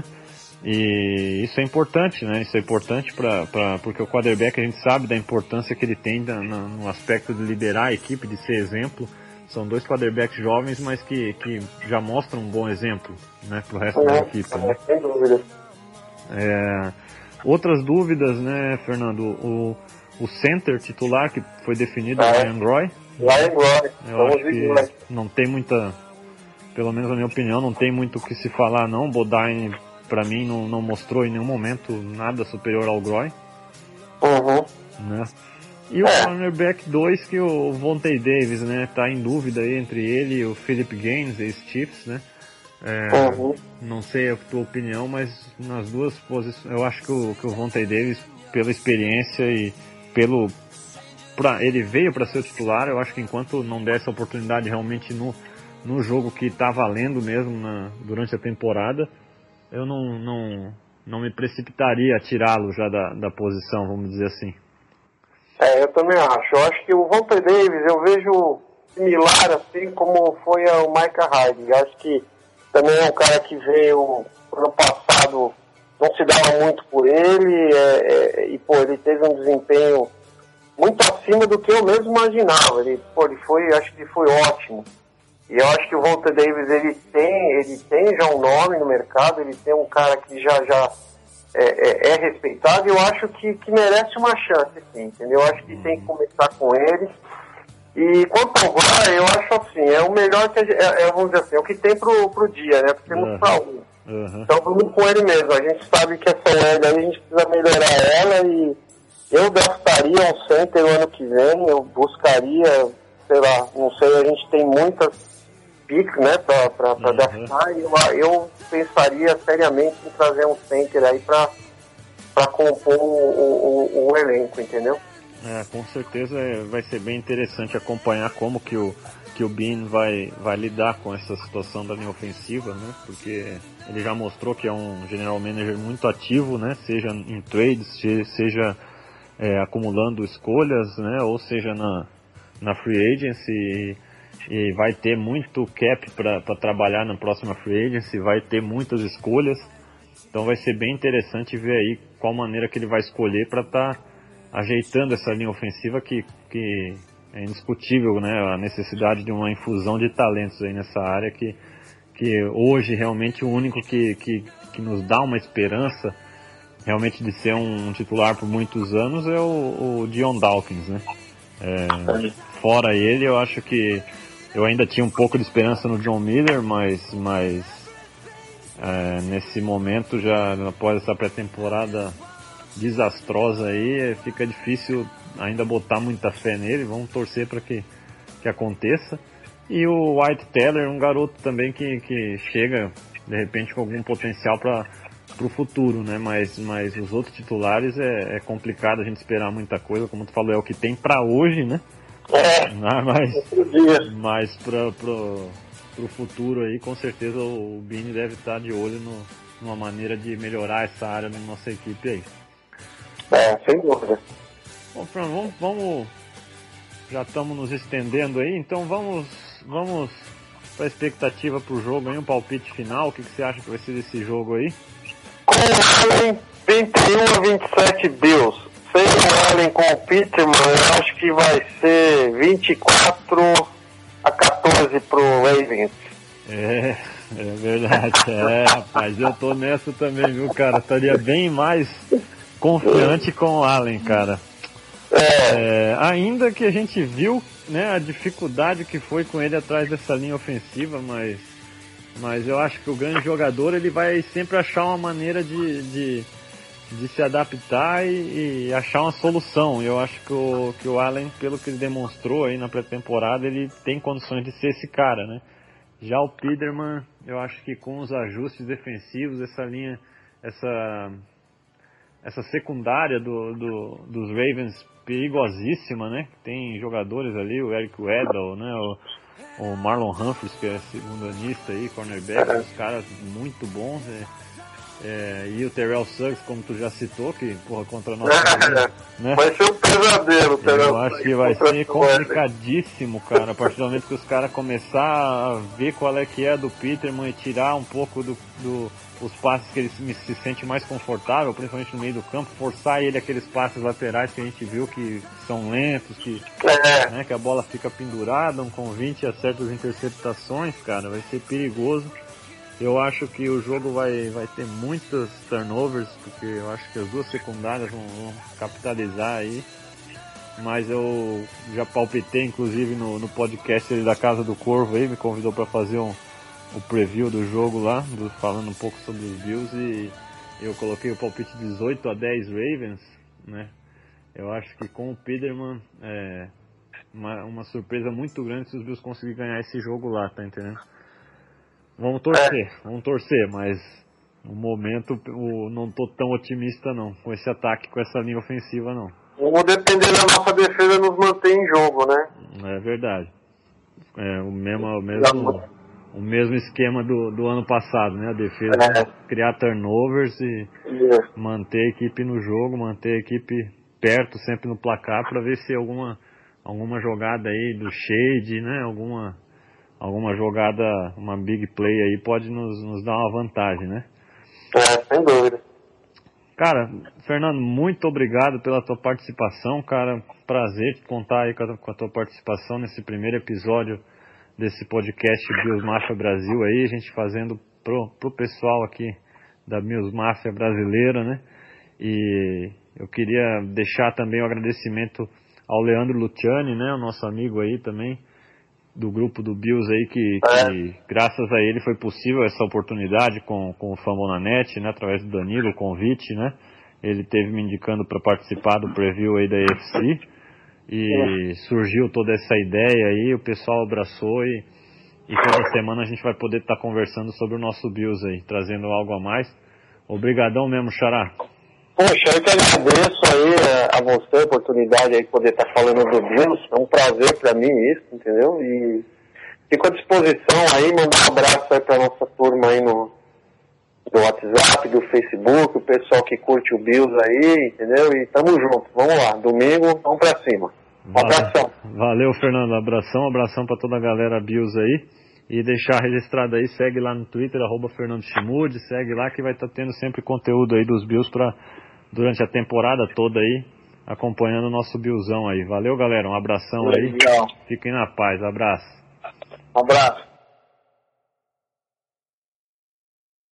E isso é importante, né? Isso é importante pra, pra, porque o quarterback, a gente sabe da importância que ele tem da, na, no aspecto de liderar a equipe, de ser exemplo. São dois quarterbacks jovens, mas que, que já mostram um bom exemplo, né, pro resto é, da equipe. Né? Sem dúvida. É, outras dúvidas, né, Fernando? O, o center titular que foi definido, é o Ryan Groy. Ryan Groy. Eu acho que não tem muita, pelo menos na minha opinião, não tem muito o que se falar, não. Bodine, pra mim, não, não mostrou em nenhum momento nada superior ao Groy. Uhum. Né? E o cornerback dois, que o Vontae Davis, né, tá em dúvida aí entre ele e o Philip Gaines, ex-Chiefs, né? É, uhum. Não sei a tua opinião, mas nas duas posições, eu acho que o, que o Vontae Davis, pela experiência e pelo... Pra, ele veio para ser o titular, eu acho que enquanto não der essa oportunidade realmente no, no jogo que tá valendo mesmo na, durante a temporada, eu não, não, não me precipitaria a tirá-lo já da, da posição, vamos dizer assim. É, eu também acho. Eu acho que o Vontae Davis, eu vejo similar assim como foi o Micah Hyde. Eu acho que também é um cara que veio ano passado, não se dava muito por ele, é, é, e pô, ele teve um desempenho muito acima do que eu mesmo imaginava. Ele, pô, ele foi, acho que ele foi ótimo. E eu acho que o Vontae Davis, ele tem, ele tem já um nome no mercado, ele tem um cara que já, já é, é, é respeitado, e eu acho que, que merece uma chance, sim, entendeu? Eu acho que tem que começar com ele. E quanto ao Groy, eu acho assim, é o melhor que a gente, é, é, vamos dizer assim, é o que tem pro, pro dia, né? Porque temos pra um. Uhum. Então vamos com ele mesmo. A gente sabe que essa L aí a gente precisa melhorar ela, e eu draftaria um center o ano que vem, eu buscaria, sei lá, não sei, a gente tem muitas picks, né, pra, pra, pra uhum. draftar, e eu, eu pensaria seriamente em trazer um center aí pra, pra compor o, o, o elenco, entendeu? É, com certeza vai ser bem interessante acompanhar como que o, que o Beane vai, vai lidar com essa situação da linha ofensiva, né? Porque ele já mostrou que é um general manager muito ativo, né? Seja em trades, seja é, acumulando escolhas, né? Ou seja na, na free agency, e, e vai ter muito cap para trabalhar na próxima free agency, vai ter muitas escolhas, então vai ser bem interessante ver aí qual maneira que ele vai escolher para estar tá ajeitando essa linha ofensiva que, que é indiscutível, né, a necessidade de uma infusão de talentos aí nessa área, que, que hoje realmente o único que, que, que nos dá uma esperança realmente de ser um, um titular por muitos anos é o, o Dion Dawkins, né? É, fora ele, eu acho que eu ainda tinha um pouco de esperança no John Miller, mas, mas é, nesse momento, já após essa pré-temporada desastrosa aí, fica difícil ainda botar muita fé nele. Vamos torcer para que, que aconteça. E o White Teller, um garoto também que, que chega de repente com algum potencial para o futuro, né? Mas, mas os outros titulares é, é complicado a gente esperar muita coisa, como tu falou, é o que tem para hoje, né? É, mas mas para pro, pro futuro aí, com certeza o Beane deve estar de olho no, numa maneira de melhorar essa área na nossa equipe aí. É, sem dúvida. Bom, Fran, vamos, vamos, já estamos nos estendendo aí, então vamos, vamos para a expectativa para o jogo aí, um palpite final. O que, que você acha que vai ser desse jogo aí? Com o Allen, vinte e um a vinte e sete Bills. Sem o Allen com o Peterman, eu acho que vai ser vinte e quatro a quatorze pro Ravens. É, é verdade. É, rapaz, eu tô nessa também, viu, cara? Estaria bem mais confiante com o Allen, cara. É, ainda que a gente viu, né, a dificuldade que foi com ele atrás dessa linha ofensiva, mas, mas eu acho que o grande jogador ele vai sempre achar uma maneira de, de, de se adaptar e, e achar uma solução. Eu acho que o, que o Allen, pelo que ele demonstrou aí na pré-temporada, ele tem condições de ser esse cara, né? Já o Peterman, eu acho que com os ajustes defensivos, essa linha, essa, essa secundária do, do, dos Ravens perigosíssima, né? Tem jogadores ali, o Eric Weddle, né? O, o Marlon Humphries, que é segundanista aí, cornerback, os caras muito bons, é, é, e o Terrell Suggs, como tu já citou, que porra, contra nós, né? Vai ser um pesadelo, Terrell. Eu acho que vai ser complicadíssimo, cara, a partir do momento que os caras começar a ver qual é que é do Peterman e tirar um pouco do, do os passes que ele se, se sente mais confortável, principalmente no meio do campo, forçar ele aqueles passes laterais que a gente viu que são lentos, que, é. né, que a bola fica pendurada, um convite a certas interceptações, cara, vai ser perigoso. Eu acho que o jogo vai, vai ter muitos turnovers, porque eu acho que as duas secundárias vão, vão capitalizar aí, mas eu já palpitei, inclusive, no, no podcast da Casa do Corvo aí, me convidou para fazer um o preview do jogo lá, do, falando um pouco sobre os Bills, e eu coloquei o palpite dezoito a dez Ravens, né? Eu acho que com o Peterman é uma, uma surpresa muito grande se os Bills conseguirem ganhar esse jogo lá, tá entendendo? Vamos torcer, é. vamos torcer, mas no momento eu não tô tão otimista não, com esse ataque, com essa linha ofensiva não. Vamos depender da nossa defesa nos manter em jogo, né? É verdade. É o mesmo... O mesmo O mesmo esquema do, do ano passado, né? A defesa é. criar turnovers e é. manter a equipe no jogo, manter a equipe perto, sempre no placar, para ver se alguma, alguma jogada aí do shade, né? Alguma, alguma jogada, uma big play aí pode nos, nos dar uma vantagem, né? É, sem dúvida. Cara, Fernando, muito obrigado pela tua participação, cara. Prazer contar aí com a, com a tua participação nesse primeiro episódio desse podcast Bills Mafia Brasil aí, a gente fazendo pro, pro pessoal aqui da Bills Mafia brasileira, né? E eu queria deixar também o agradecimento ao Leandro Luciani, né? O nosso amigo aí também, do grupo do Bills aí, que, que graças a ele foi possível essa oportunidade com, com o Fambonanet, né? Através do Danilo, o convite, né? Ele teve me indicando para participar do preview aí da A F C. E surgiu toda essa ideia aí, o pessoal abraçou e, e toda semana a gente vai poder estar tá conversando sobre o nosso Bills aí, trazendo algo a mais. Obrigadão mesmo, Xará. Poxa, eu que agradeço aí a você a oportunidade aí de poder estar tá falando do Bills, é um prazer pra mim isso, entendeu? E fico à disposição aí, mandar um abraço aí pra nossa turma aí no, do WhatsApp, do Facebook, o pessoal que curte o Bills aí, entendeu? E tamo junto, vamos lá, domingo, vamos pra cima. Um Valeu, abração. valeu, Fernando, abração, abração pra toda a galera Bills aí. E deixar registrado aí, segue lá no Twitter, arroba Fernando Chimude, segue lá que vai estar tá tendo sempre conteúdo aí dos Bills pra, durante a temporada toda aí, acompanhando o nosso Billzão aí. Valeu, galera, um abração aí. Legal. Fiquem na paz, abraço. Um abraço.